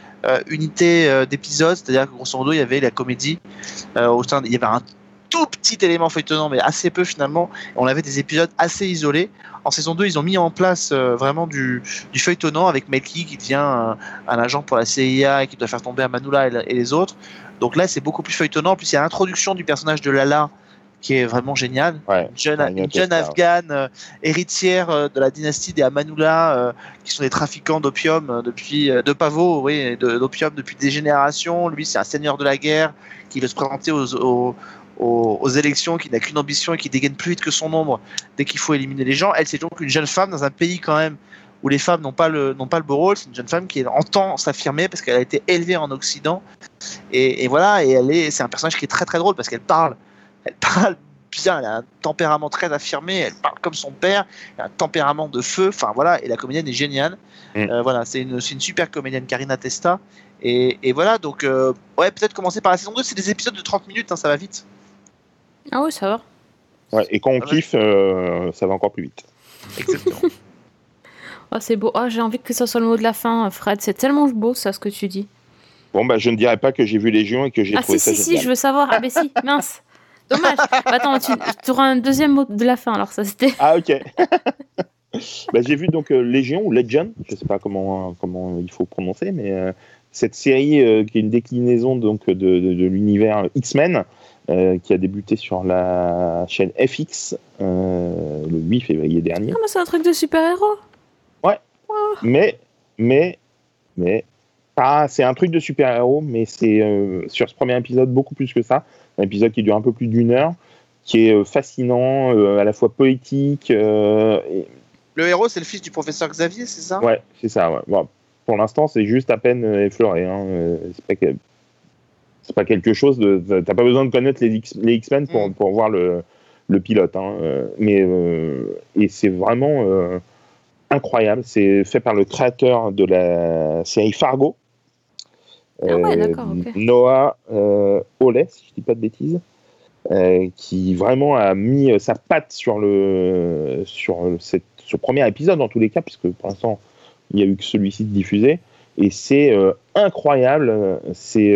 unité d'épisodes, c'est-à-dire que grosso modo, il y avait la comédie, il y avait un tout petit élément feuilletonnant, mais assez peu finalement, et on avait des épisodes assez isolés. En saison 2, ils ont mis en place vraiment du feuilletonnant avec Melky qui devient un agent pour la CIA et qui doit faire tomber Amanullah et les autres. Donc là, c'est beaucoup plus feuilletonnant. En plus, il y a l'introduction du personnage de Lala qui est vraiment géniale. Ouais, une jeune afghane héritière de la dynastie des Amanullah qui sont des trafiquants d'opium de pavot, oui, d'opium depuis des générations. Lui, c'est un seigneur de la guerre qui veut se présenter aux élections, qui n'a qu'une ambition et qui dégaine plus vite que son ombre dès qu'il faut éliminer les gens. Elle, c'est donc une jeune femme dans un pays quand même où les femmes n'ont pas le beau rôle. C'est une jeune femme qui entend s'affirmer parce qu'elle a été élevée en Occident et voilà, et c'est un personnage qui est très très drôle parce qu'elle parle bien, elle a un tempérament très affirmé, elle parle comme son père, elle a un tempérament de feu, enfin voilà, et la comédienne est géniale. Voilà, c'est une super comédienne, Karina Testa, et voilà, donc ouais, peut-être commencer par la saison 2, c'est des épisodes de 30 minutes, hein, ça va vite. Ah oui, ça va. Ouais, et quand on kiffe, ça va encore plus vite. Exactement. Oh, c'est beau. Oh, j'ai envie que ça soit le mot de la fin, Fred. C'est tellement beau, ça, ce que tu dis. Bon, je ne dirais pas que j'ai vu Légion et que j'ai trouvé ça génial. Si, je veux savoir. Ah, mais si, mince. Dommage. Attends, tu auras un deuxième mot de la fin, alors ça, c'était... Ah, ok. J'ai vu donc Légion ou Legend, je ne sais pas comment il faut prononcer, mais cette série qui est une déclinaison donc, de l'univers X-Men, qui a débuté sur la chaîne FX le 8 février dernier. Ah, mais c'est un truc de super-héros. Ouais. Oh. Mais c'est un truc de super-héros, mais c'est sur ce premier épisode beaucoup plus que ça. Un épisode qui dure un peu plus d'1 heure, qui est fascinant, à la fois poétique. Le héros, c'est le fils du professeur Xavier, c'est ça ? Ouais, c'est ça. Ouais. Bon, pour l'instant, c'est juste à peine effleuré. Hein. C'est pas quelque chose de. T'as pas besoin de connaître les X-Men pour voir le pilote. Hein. Et c'est vraiment incroyable. C'est fait par le créateur de la série Fargo. Ouais, d'accord, ok. Noah Hawley, si je dis pas de bêtises, qui vraiment a mis sa patte sur ce premier épisode dans tous les cas, puisque pour l'instant il n'y a eu que celui-ci de diffusé, et c'est incroyable. C'est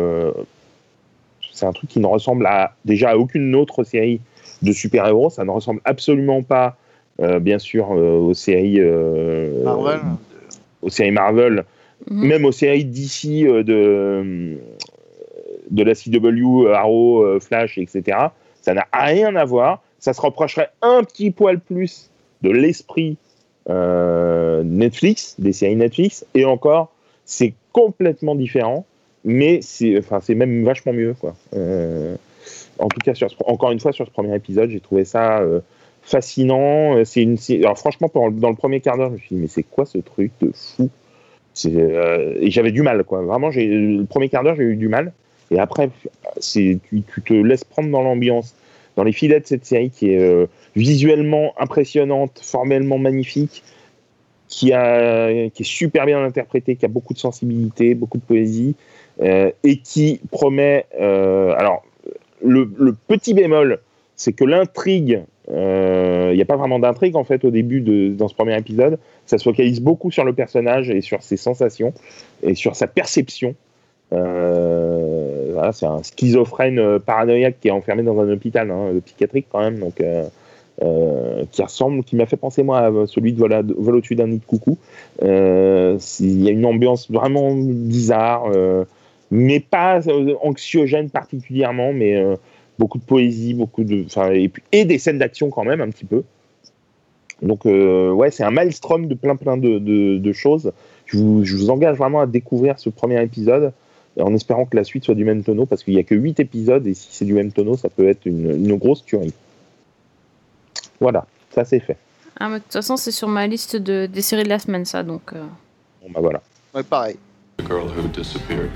un truc qui ne ressemble déjà à aucune autre série de super-héros. Ça ne ressemble absolument pas, bien sûr, aux séries Marvel. Aux séries Marvel. Même aux séries DC de la CW, Arrow, Flash, etc. Ça n'a rien à voir. Ça se rapprocherait un petit poil plus de l'esprit Netflix, des séries Netflix, et encore, c'est complètement différent, mais c'est même vachement mieux, quoi. En tout cas, encore une fois, sur ce premier épisode, j'ai trouvé ça fascinant. Alors franchement, dans le premier quart d'heure, je me suis dit, mais c'est quoi ce truc de fou ? Et j'avais du mal, quoi. Vraiment, le premier quart d'heure, j'ai eu du mal. Et après, tu te laisses prendre dans l'ambiance, dans les filets de cette série qui est visuellement impressionnante, formellement magnifique, qui est super bien interprétée, qui a beaucoup de sensibilité, beaucoup de poésie, et qui promet... alors, le petit bémol, c'est que l'intrigue, il n'y a pas vraiment d'intrigue en fait au début dans ce premier épisode. Ça se focalise beaucoup sur le personnage et sur ses sensations et sur sa perception. Voilà, c'est un schizophrène paranoïaque qui est enfermé dans un hôpital psychiatrique quand même, donc qui m'a fait penser moi à celui de Vol au-dessus d'un nid de coucou. Il y a une ambiance vraiment bizarre, mais pas anxiogène particulièrement, mais beaucoup de poésie, et des scènes d'action quand même un petit peu. Donc ouais, c'est un maelstrom de plein de choses. Je vous engage vraiment à découvrir ce premier épisode en espérant que la suite soit du même tonneau, parce qu'il n'y a que 8 épisodes et si c'est du même tonneau, ça peut être une grosse tuerie. Voilà, ça c'est fait. Ah, mais de toute façon, c'est sur ma liste des séries de la semaine, ça, donc... Bon bah voilà. Ouais, pareil. The girl who disappeared.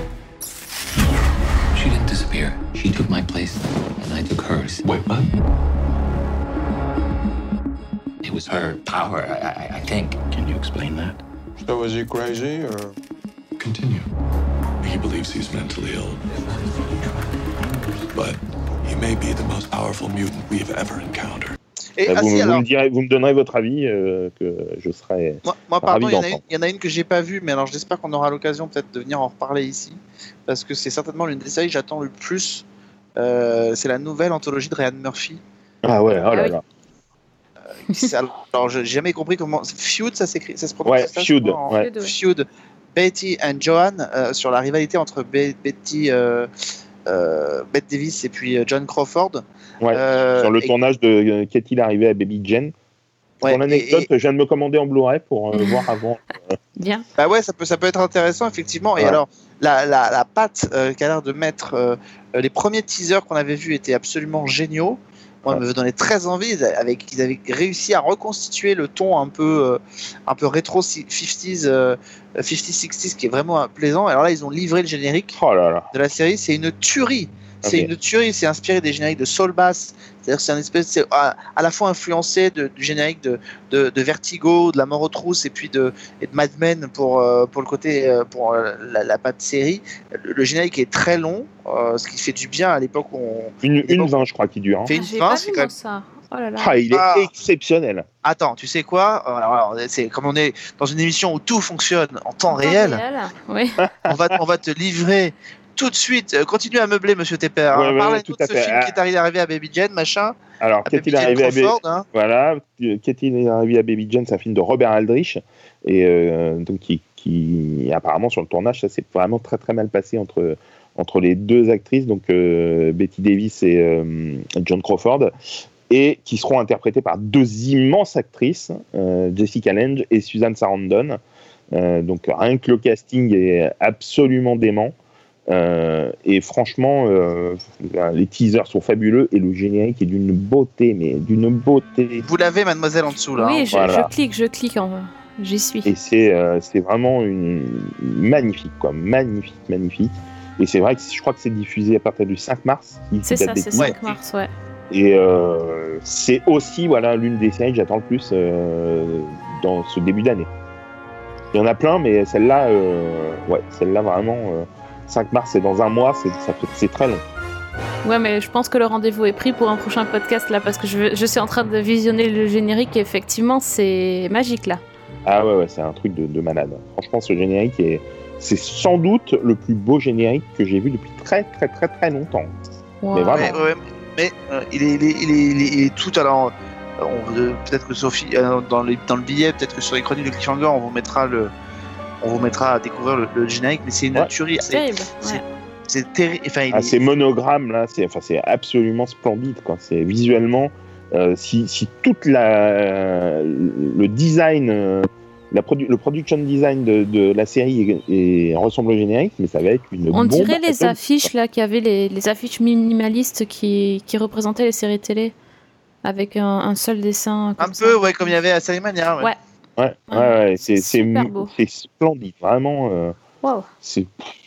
She didn't disappear. She took my place, and I took hers. Wait, what? It was her power, I think. Can you explain that? So is he crazy or continue? He believes he's mentally ill. But he may be the most powerful mutant we've ever encountered. Et, Vous me donnerez votre avis, que je serai. Moi pardon, il y en a une que j'ai pas vue, mais alors j'espère qu'on aura l'occasion peut-être de venir en reparler ici, parce que c'est certainement l'une des séries que j'attends le plus. C'est la nouvelle anthologie de Ryan Murphy. Ah ouais, oh là là. Alors j'ai jamais compris comment. Feud, ça s'écrit, ça se prononce. Ouais, Feud. Ouais. Feud. Betty and Joan sur la rivalité entre Bette Davis et puis John Crawford. Ouais, sur le tournage de Qu'est-il arrivé à Baby Jane. Pour l'anecdote, je viens de me commander en Blu-ray pour voir avant. Bien. Bah ouais, ça peut être intéressant effectivement. Et alors la patte qu'a l'air de mettre les premiers teasers qu'on avait vus étaient absolument géniaux. Moi, me donnait très envie. Ils avaient réussi à reconstituer le ton un peu rétro 50s, 50s, qui est vraiment plaisant. Alors là, ils ont livré le générique de la série. C'est une tuerie. Une tuerie. C'est inspiré des génériques de Soul Bass. C'est-à-dire que c'est à la fois influencé du générique de Vertigo, de La Mort aux Trousses et de Mad Men pour le côté pour la patte série. Le générique est très long, ce qui fait du bien à l'époque où une 20 je crois qu'il dure. Fait une 20, c'est quand même ça. Oh là là. Ah, il est exceptionnel. Attends, tu sais quoi ? Alors, c'est comme on est dans une émission où tout fonctionne en temps réel. Oui. On va te livrer tout de suite. Continue à meubler, Monsieur Tepper. Parlez-nous de ce film qui est arrivé à Baby Jane, machin. Alors, qu'est-il arrivé à Baby Jane, c'est un film de Robert Aldrich, et donc qui apparemment sur le tournage, ça s'est vraiment très très mal passé entre les deux actrices, donc Betty Davis et John Crawford, et qui seront interprétées par deux immenses actrices, Jessica Lange et Susan Sarandon. Donc rien que le casting est absolument dément. Et franchement, les teasers sont fabuleux et le générique est d'une beauté, mais d'une beauté. Vous l'avez, mademoiselle, en dessous là. Oui, je clique, j'y suis. Et c'est vraiment magnifique, quoi, magnifique. Et c'est vrai que je crois que c'est diffusé à partir du 5 mars. C'est ça, c'est 5 mars, ouais. Et c'est aussi l'une des séries que j'attends le plus dans ce début d'année. Il y en a plein, mais celle-là vraiment. 5 mars, c'est dans un mois, c'est très long. Ouais, mais je pense que le rendez-vous est pris pour un prochain podcast là, parce que je suis en train de visionner le générique et effectivement, c'est magique là. Ah ouais, c'est un truc de malade. Franchement, ce générique c'est sans doute le plus beau générique que j'ai vu depuis très très très très longtemps. Wow. Mais vraiment. Mais il est tout alors. Peut-être que Sophie, dans le billet, peut-être que sur les chroniques de Cliffhanger, on vous mettra à découvrir le générique, mais c'est une tuerie. C'est terrible. C'est terrible. Ces monogrammes là, c'est absolument splendide, quoi. C'est visuellement, si toute le design, le production design de la série ressemble au générique, mais ça va être une bombe. On dirait les affiches là, qu'il y avait les affiches minimalistes qui représentaient les séries télé avec un seul dessin. Un peu, ouais, comme il y avait à Salimania. Ouais, c'est super beau. C'est splendide, vraiment. Wow. C'est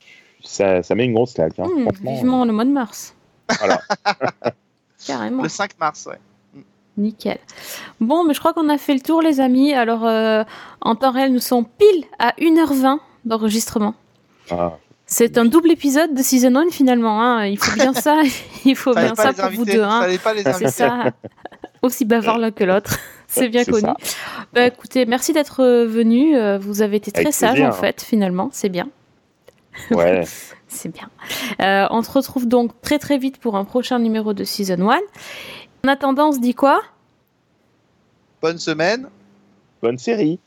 ça met une grosse claque. Hein. Franchement, Vivement le mois de mars. Voilà. Carrément. Le 5 mars, ouais. Nickel. Bon, mais je crois qu'on a fait le tour, les amis. Alors, en temps réel, nous sommes pile à 1h20 d'enregistrement. Ah. C'est un double épisode de Season 1, finalement. Hein. Il faut bien ça, il faut Fallait bien pas ça les pour inviter, vous deux. Hein. fallait pas les C'est inviter. ça. Aussi bavard l'un que l'autre. C'est bien C'est connu. ça. Bah, écoutez, merci d'être venus. Vous avez été très Avec sages, plaisir, en fait, finalement. C'est bien. Ouais. C'est bien. On se retrouve donc très très vite pour un prochain numéro de Season 1. En attendant, on se dit quoi ? Bonne semaine. Bonne série.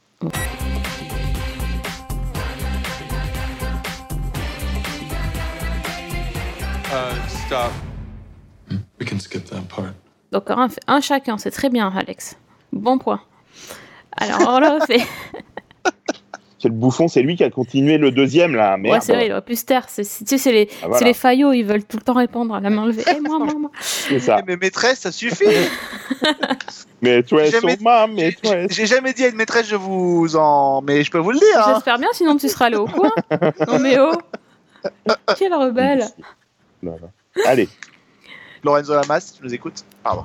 Stop. We can skip that part. Donc un chacun, c'est très bien, Alex. Bon point. Alors, on le refait. C'est le bouffon, c'est lui qui a continué le deuxième, là. Merde. Ouais, c'est vrai, il aurait pu se taire. Tu sais, c'est les, Ah, voilà. c'est les faillots, ils veulent tout le temps répondre à la main levée. Eh, moi. C'est ça. Mais maîtresse, ça suffit. Mais toi, J'ai jamais- son mam, mais toi. J'ai jamais dit à une maîtresse je vous en. Mais je peux vous le dire. Hein. J'espère bien, sinon tu seras allé au coin. Non mais oh. Quelle rebelle. Voilà. Allez. Lorenzo Lamas, tu nous écoutes. Pardon.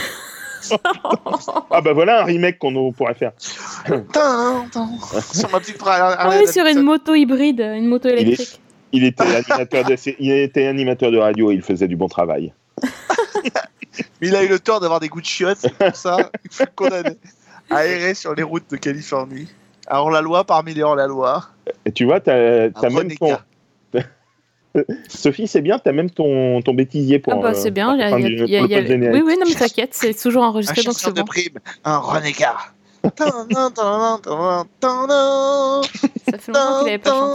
Ah bah voilà un remake qu'on pourrait faire. Sur ma petite Ah oui, sur une moto hybride, une moto électrique. Il était animateur de radio et il faisait du bon travail. Il a eu le tort d'avoir des goûts de chiottes, c'est pour ça il faut le condamner. Aéré sur les routes de Californie. Alors la loi parmi les hors-la-loi. Et tu vois, t'as Un même ton... renégat. Sophie, c'est bien, t'as même ton bêtisier pour... Ah bah c'est bien, il y a- pour il y a- le post-générique. Oui, non mais t'inquiète, c'est toujours Un enregistré donc c'est chasseur de bon. primes, un renégat. Ça Ça fait longtemps qu'il avait pas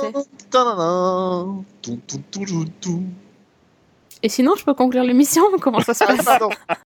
chanté. Et sinon, je peux conclure l'émission ou comment ça se passe ? Pardon.